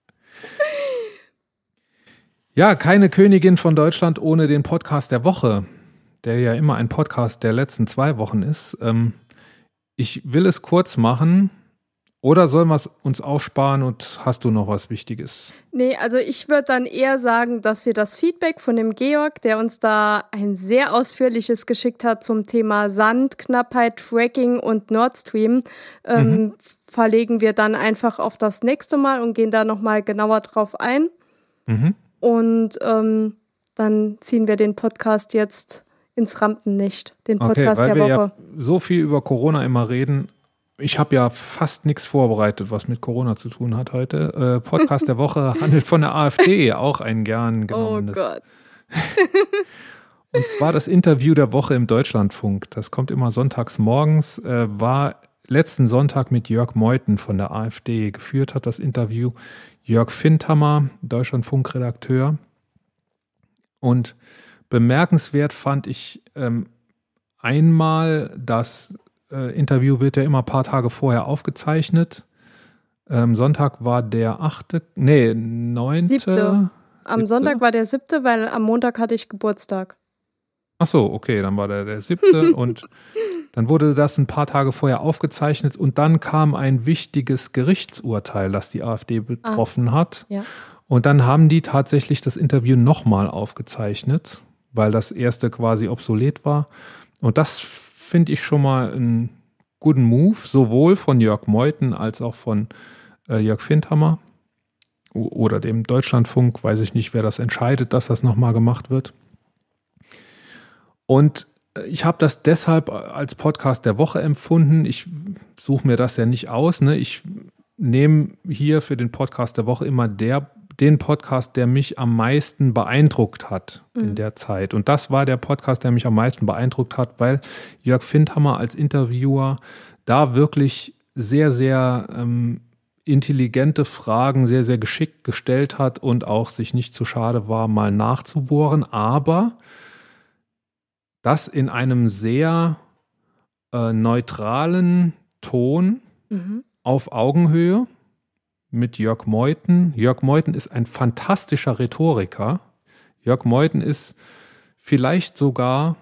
Speaker 2: Ja, keine Königin von Deutschland ohne den Podcast der Woche, der ja immer ein Podcast der letzten 2 Wochen ist. Ich will es kurz machen. Oder sollen wir es uns aufsparen und hast du noch was Wichtiges?
Speaker 1: Nee, also ich würde dann eher sagen, dass wir das Feedback von dem Georg, der uns da ein sehr ausführliches geschickt hat zum Thema Sandknappheit, Fracking und Nord Stream, verlegen wir dann einfach auf das nächste Mal und gehen da nochmal genauer drauf ein. Und dann ziehen wir den Podcast jetzt ins Rampenlicht, den Podcast der Woche. Weil wir ja
Speaker 2: so viel über Corona immer reden. Ich habe ja fast nichts vorbereitet, was mit Corona zu tun hat heute. Podcast der Woche handelt von der AfD, auch ein gern genommenes.
Speaker 1: Oh Gott.
Speaker 2: Und zwar das Interview der Woche im Deutschlandfunk. Das kommt immer sonntags morgens. War letzten Sonntag mit Jörg Meuthen von der AfD. Geführt hat das Interview Jörg Findhammer, Deutschlandfunk-Redakteur. Und bemerkenswert fand ich einmal, dass Interview wird ja immer ein paar Tage vorher aufgezeichnet. Sonntag war der 9.
Speaker 1: 7. Am Sonntag war der 7., weil am Montag hatte ich Geburtstag.
Speaker 2: Ach so, okay, dann war der 7. und dann wurde das ein paar Tage vorher aufgezeichnet und dann kam ein wichtiges Gerichtsurteil, das die AfD betroffen hat.
Speaker 1: Ja.
Speaker 2: Und dann haben die tatsächlich das Interview nochmal aufgezeichnet, weil das erste quasi obsolet war. Und das finde ich schon mal einen guten Move, sowohl von Jörg Meuthen als auch von Jörg Findhammer oder dem Deutschlandfunk, weiß ich nicht, wer das entscheidet, dass das nochmal gemacht wird. Und ich habe das deshalb als Podcast der Woche empfunden. Ich suche mir das ja nicht aus, ne? Ich nehme hier für den Podcast der Woche immer den Podcast, der mich am meisten beeindruckt hat in der Zeit. Und das war der Podcast, der mich am meisten beeindruckt hat, weil Jörg Findhammer als Interviewer da wirklich sehr, sehr intelligente Fragen sehr, sehr geschickt gestellt hat und auch sich nicht zu schade war, mal nachzubohren, aber das in einem sehr neutralen Ton auf Augenhöhe mit Jörg Meuthen. Jörg Meuthen ist ein fantastischer Rhetoriker. Jörg Meuthen ist vielleicht sogar,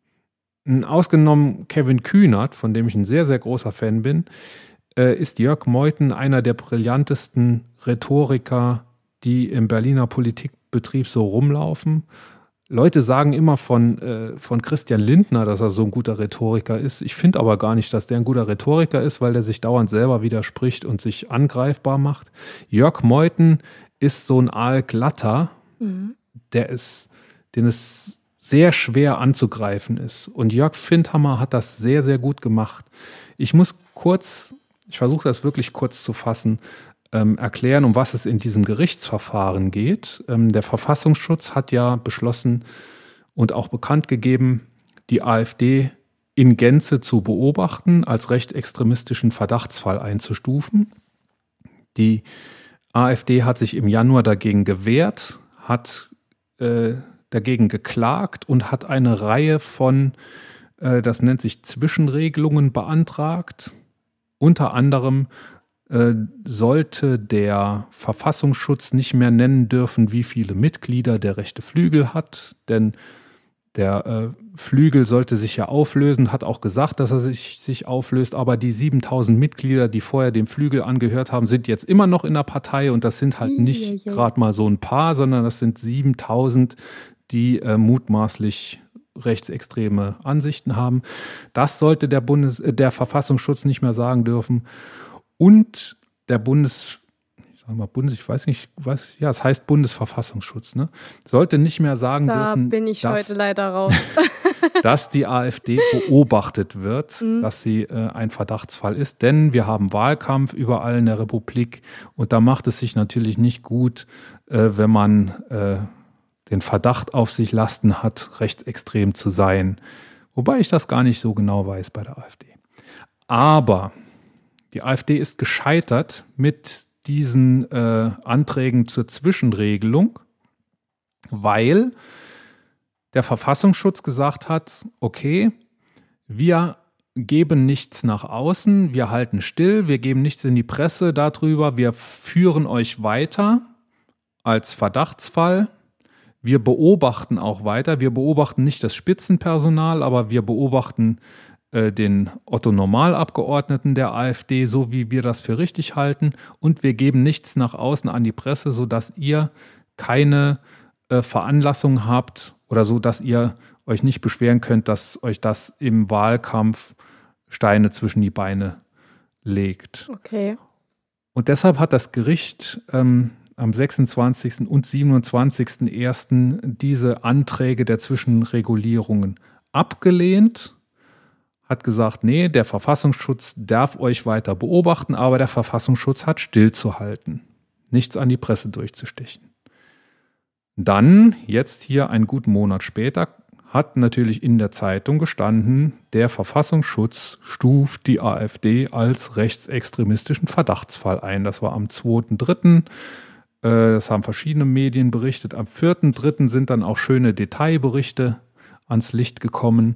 Speaker 2: ausgenommen Kevin Kühnert, von dem ich ein sehr, sehr großer Fan bin, ist Jörg Meuthen einer der brillantesten Rhetoriker, die im Berliner Politikbetrieb so rumlaufen. Leute sagen immer von Christian Lindner, dass er so ein guter Rhetoriker ist. Ich finde aber gar nicht, dass der ein guter Rhetoriker ist, weil der sich dauernd selber widerspricht und sich angreifbar macht. Jörg Meuthen ist so ein aalglatter, den es sehr schwer anzugreifen ist. Und Jörg Findhammer hat das sehr, sehr gut gemacht. Ich versuche das wirklich kurz zu fassen, erklären, um was es in diesem Gerichtsverfahren geht. Der Verfassungsschutz hat ja beschlossen und auch bekannt gegeben, die AfD in Gänze zu beobachten, als rechtsextremistischen Verdachtsfall einzustufen. Die AfD hat sich im Januar dagegen gewehrt, hat dagegen geklagt und hat eine Reihe von, das nennt sich Zwischenregelungen, beantragt. Unter anderem sollte der Verfassungsschutz nicht mehr nennen dürfen, wie viele Mitglieder der rechte Flügel hat, denn der Flügel sollte sich ja auflösen, hat auch gesagt, dass er sich auflöst, aber die 7.000 Mitglieder, die vorher dem Flügel angehört haben, sind jetzt immer noch in der Partei und das sind halt nicht gerade mal so ein paar, sondern das sind 7.000, die mutmaßlich rechtsextreme Ansichten haben. Das sollte der Verfassungsschutz nicht mehr sagen dürfen. Und der es heißt Bundesverfassungsschutz, ne? Sollte nicht mehr sagen dürfen.
Speaker 1: Da bin ich heute leider raus.
Speaker 2: dass die AfD beobachtet wird, dass sie ein Verdachtsfall ist. Denn wir haben Wahlkampf überall in der Republik und da macht es sich natürlich nicht gut, wenn man den Verdacht auf sich lasten hat, rechtsextrem zu sein. Wobei ich das gar nicht so genau weiß bei der AfD. Aber die AfD ist gescheitert mit diesen Anträgen zur Zwischenregelung, weil der Verfassungsschutz gesagt hat, okay, wir geben nichts nach außen, wir halten still, wir geben nichts in die Presse darüber, wir führen euch weiter als Verdachtsfall. Wir beobachten auch weiter, wir beobachten nicht das Spitzenpersonal, aber wir beobachten den Otto-Normalabgeordneten der AfD, so wie wir das für richtig halten. Und wir geben nichts nach außen an die Presse, sodass ihr keine Veranlassung habt oder so, dass ihr euch nicht beschweren könnt, dass euch das im Wahlkampf Steine zwischen die Beine legt.
Speaker 1: Okay.
Speaker 2: Und deshalb hat das Gericht am 26. und 27.01. diese Anträge der Zwischenregulierungen abgelehnt, hat gesagt, nee, der Verfassungsschutz darf euch weiter beobachten, aber der Verfassungsschutz hat stillzuhalten, nichts an die Presse durchzustechen. Dann, jetzt hier einen guten Monat später, hat natürlich in der Zeitung gestanden, der Verfassungsschutz stuft die AfD als rechtsextremistischen Verdachtsfall ein. Das war am 2.3., das haben verschiedene Medien berichtet. Am 4.3. sind dann auch schöne Detailberichte ans Licht gekommen.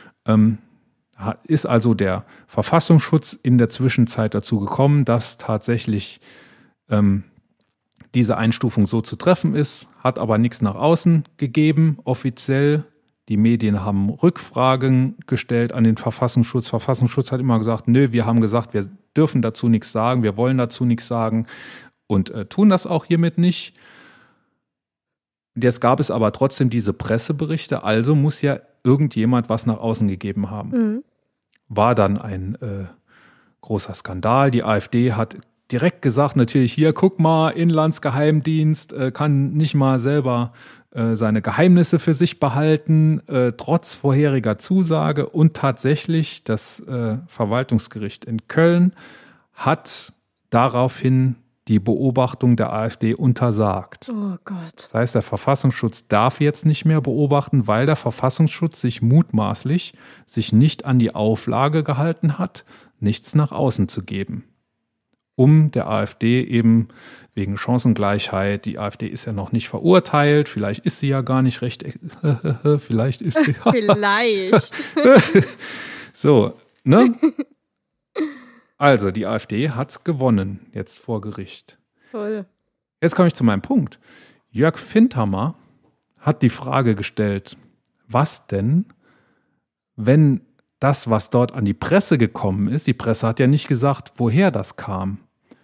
Speaker 2: Ist also der Verfassungsschutz in der Zwischenzeit dazu gekommen, dass tatsächlich diese Einstufung so zu treffen ist, hat aber nichts nach außen gegeben, offiziell. Die Medien haben Rückfragen gestellt an den Verfassungsschutz. Verfassungsschutz hat immer gesagt, nö, wir haben gesagt, wir dürfen dazu nichts sagen, wir wollen dazu nichts sagen und tun das auch hiermit nicht. Jetzt gab es aber trotzdem diese Presseberichte, also muss ja irgendjemand was nach außen gegeben haben. Mhm. War dann ein großer Skandal. Die AfD hat direkt gesagt, natürlich hier, guck mal, Inlandsgeheimdienst kann nicht mal selber seine Geheimnisse für sich behalten, trotz vorheriger Zusage. Und tatsächlich, das Verwaltungsgericht in Köln hat daraufhin die Beobachtung der AfD untersagt.
Speaker 1: Oh Gott.
Speaker 2: Das heißt, der Verfassungsschutz darf jetzt nicht mehr beobachten, weil der Verfassungsschutz sich mutmaßlich nicht an die Auflage gehalten hat, nichts nach außen zu geben. Um der AfD eben wegen Chancengleichheit, die AfD ist ja noch nicht verurteilt, vielleicht ist sie ja gar nicht recht, vielleicht ist sie.
Speaker 1: Vielleicht.
Speaker 2: So, ne? Also, die AfD hat gewonnen, jetzt vor Gericht.
Speaker 1: Toll.
Speaker 2: Jetzt komme ich zu meinem Punkt. Jörg Findhammer hat die Frage gestellt, was denn, wenn das, was dort an die Presse gekommen ist, die Presse hat ja nicht gesagt, woher das kam.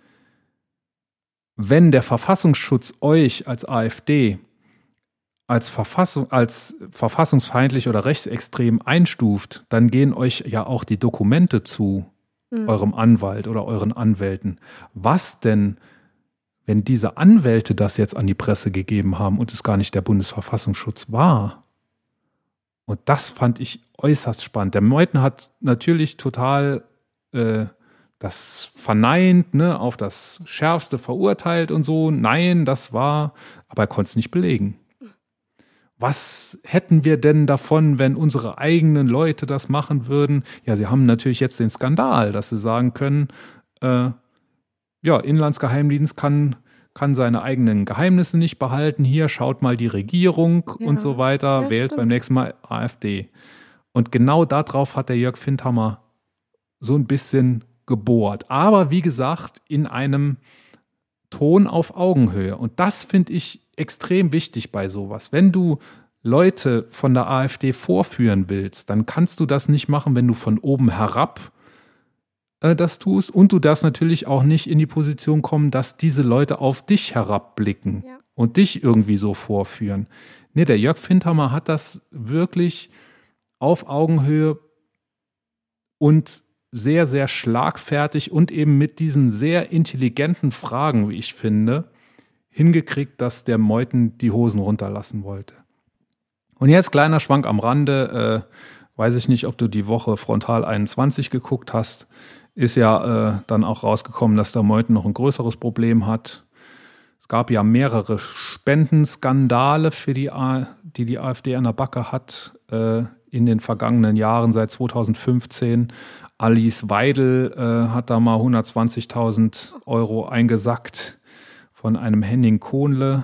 Speaker 2: Wenn der Verfassungsschutz euch als AfD als verfassungsfeindlich oder rechtsextrem einstuft, dann gehen euch ja auch die Dokumente zu eurem Anwalt oder euren Anwälten. Was denn, wenn diese Anwälte das jetzt an die Presse gegeben haben und es gar nicht der Bundesverfassungsschutz war? Und das fand ich äußerst spannend. Der Meuthen hat natürlich total das verneint, ne, auf das Schärfste verurteilt und so. Nein, das war, aber er konnte es nicht belegen. Was hätten wir denn davon, wenn unsere eigenen Leute das machen würden? Ja, sie haben natürlich jetzt den Skandal, dass sie sagen können, Inlandsgeheimdienst kann seine eigenen Geheimnisse nicht behalten. Hier, schaut mal die Regierung und so weiter, wählt beim nächsten Mal AfD. Und genau darauf hat der Jörg Findhammer so ein bisschen gebohrt. Aber wie gesagt, in einem Ton auf Augenhöhe. Und das finde ich extrem wichtig bei sowas. Wenn du Leute von der AfD vorführen willst, dann kannst du das nicht machen, wenn du von oben herab das tust. Und du darfst natürlich auch nicht in die Position kommen, dass diese Leute auf dich herabblicken und dich irgendwie so vorführen. Nee, der Jörg Findhammer hat das wirklich auf Augenhöhe und sehr, sehr schlagfertig und eben mit diesen sehr intelligenten Fragen, wie ich finde, hingekriegt, dass der Meuthen die Hosen runterlassen wollte. Und jetzt kleiner Schwank am Rande, weiß ich nicht, ob du die Woche Frontal 21 geguckt hast, ist ja dann auch rausgekommen, dass der Meuthen noch ein größeres Problem hat. Es gab ja mehrere Spendenskandale, die AfD an der Backe hat in den vergangenen Jahren, seit 2015. Alice Weidel hat da mal 120.000 Euro eingesackt von einem Henning Kohnle.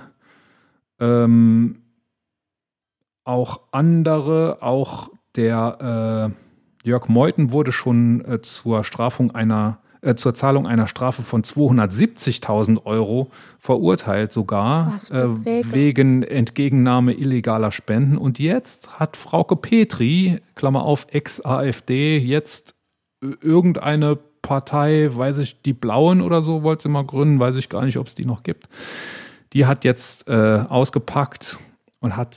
Speaker 2: Auch andere, auch der Jörg Meuthen wurde schon zur Zahlung einer Strafe von 270.000 Euro verurteilt sogar, wegen Entgegennahme illegaler Spenden. Und jetzt hat Frauke Petry, Klammer auf, Ex-AfD, jetzt irgendeine Partei, weiß ich, die Blauen oder so, wollte sie mal gründen, weiß ich gar nicht, ob es die noch gibt. Die hat jetzt ausgepackt und hat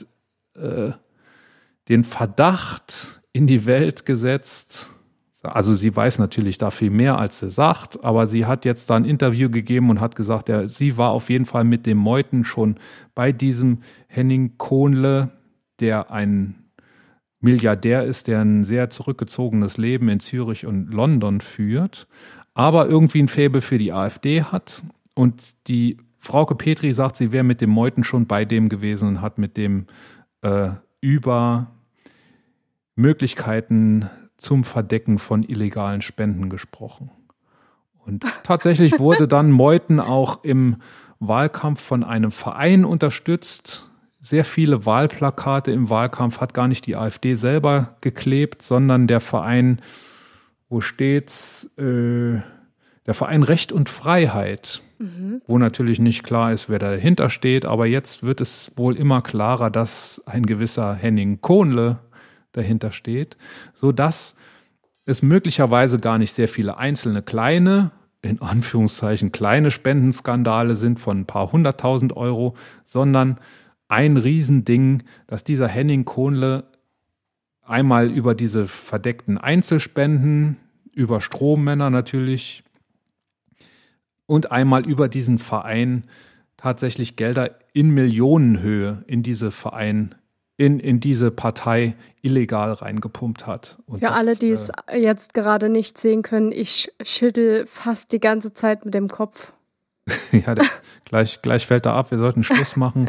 Speaker 2: den Verdacht in die Welt gesetzt. Also sie weiß natürlich da viel mehr, als sie sagt, aber sie hat jetzt da ein Interview gegeben und hat gesagt, sie war auf jeden Fall mit dem Meuthen schon bei diesem Henning Kohnle, der ein Milliardär ist, der ein sehr zurückgezogenes Leben in Zürich und London führt, aber irgendwie ein Faible für die AfD hat. Und die Frauke Petry sagt, sie wäre mit dem Meuthen schon bei dem gewesen und hat mit dem über Möglichkeiten zum Verdecken von illegalen Spenden gesprochen. Und tatsächlich wurde dann Meuthen auch im Wahlkampf von einem Verein unterstützt. Sehr viele Wahlplakate im Wahlkampf hat gar nicht die AfD selber geklebt, sondern der Verein, wo steht's? Der Verein Recht und Freiheit, wo natürlich nicht klar ist, wer dahinter steht. Aber jetzt wird es wohl immer klarer, dass ein gewisser Henning Kohnle dahinter steht, sodass es möglicherweise gar nicht sehr viele einzelne kleine, in Anführungszeichen kleine Spendenskandale sind von ein paar 100.000 Euro, sondern ein Riesending, dass dieser Henning Kohnle einmal über diese verdeckten Einzelspenden, über Strommänner natürlich und einmal über diesen Verein tatsächlich Gelder in Millionenhöhe in diese Verein, in diese Partei illegal reingepumpt hat. Und
Speaker 1: für alle, die es jetzt gerade nicht sehen können, ich schüttel fast die ganze Zeit mit dem Kopf.
Speaker 2: Ja, gleich fällt er ab, wir sollten Schluss machen.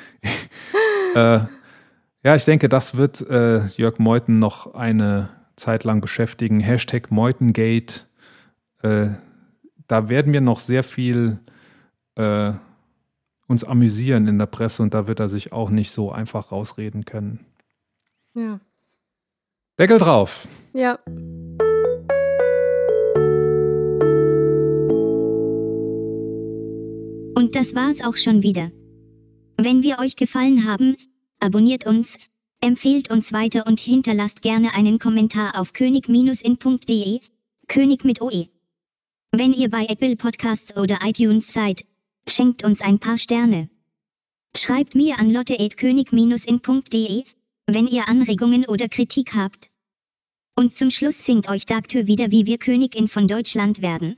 Speaker 2: Ja, ich denke, das wird Jörg Meuthen noch eine Zeit lang beschäftigen. #Meuthengate. Da werden wir noch sehr viel uns amüsieren in der Presse und da wird er sich auch nicht so einfach rausreden können.
Speaker 1: Ja.
Speaker 2: Deckel drauf.
Speaker 1: Ja.
Speaker 3: Und das war's auch schon wieder. Wenn wir euch gefallen haben, abonniert uns, empfehlt uns weiter und hinterlasst gerne einen Kommentar auf könig-in.de, König mit OE. Wenn ihr bei Apple Podcasts oder iTunes seid, schenkt uns ein paar Sterne. Schreibt mir an lotte@könig-in.de, wenn ihr Anregungen oder Kritik habt. Und zum Schluss singt euch Dagtür wieder, wie wir Königin von Deutschland werden.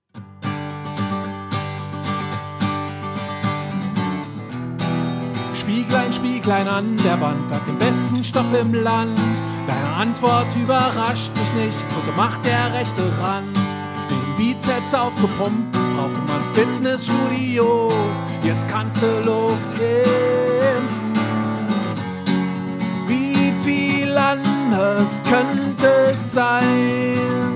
Speaker 4: Spieglein, Spieglein an der Wand, hat den besten Stoff im Land. Deine Antwort überrascht mich nicht, Brücke macht der rechte Rand. Den Bizeps aufzupumpen, brauchte man Fitnessstudios. Jetzt kannst du Luft impfen. Wie viel anders könnte es sein?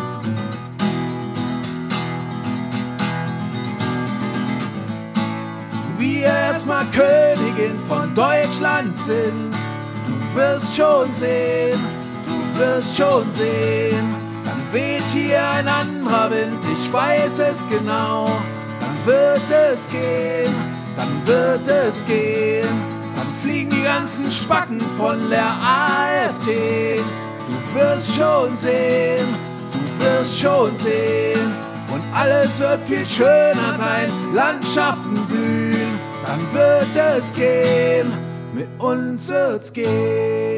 Speaker 4: Wir erstmal Königin von Deutschland sind. Du wirst schon sehen, du wirst schon sehen. Dann weht hier ein anderer Wind, ich weiß es genau. Dann wird es gehen, dann wird es gehen. Dann fliegen die ganzen Spacken von der AfD. Du wirst schon sehen, du wirst schon sehen. Und alles wird viel schöner sein, Landschaften blühen. Dann wird es gehen, mit uns wird's gehen.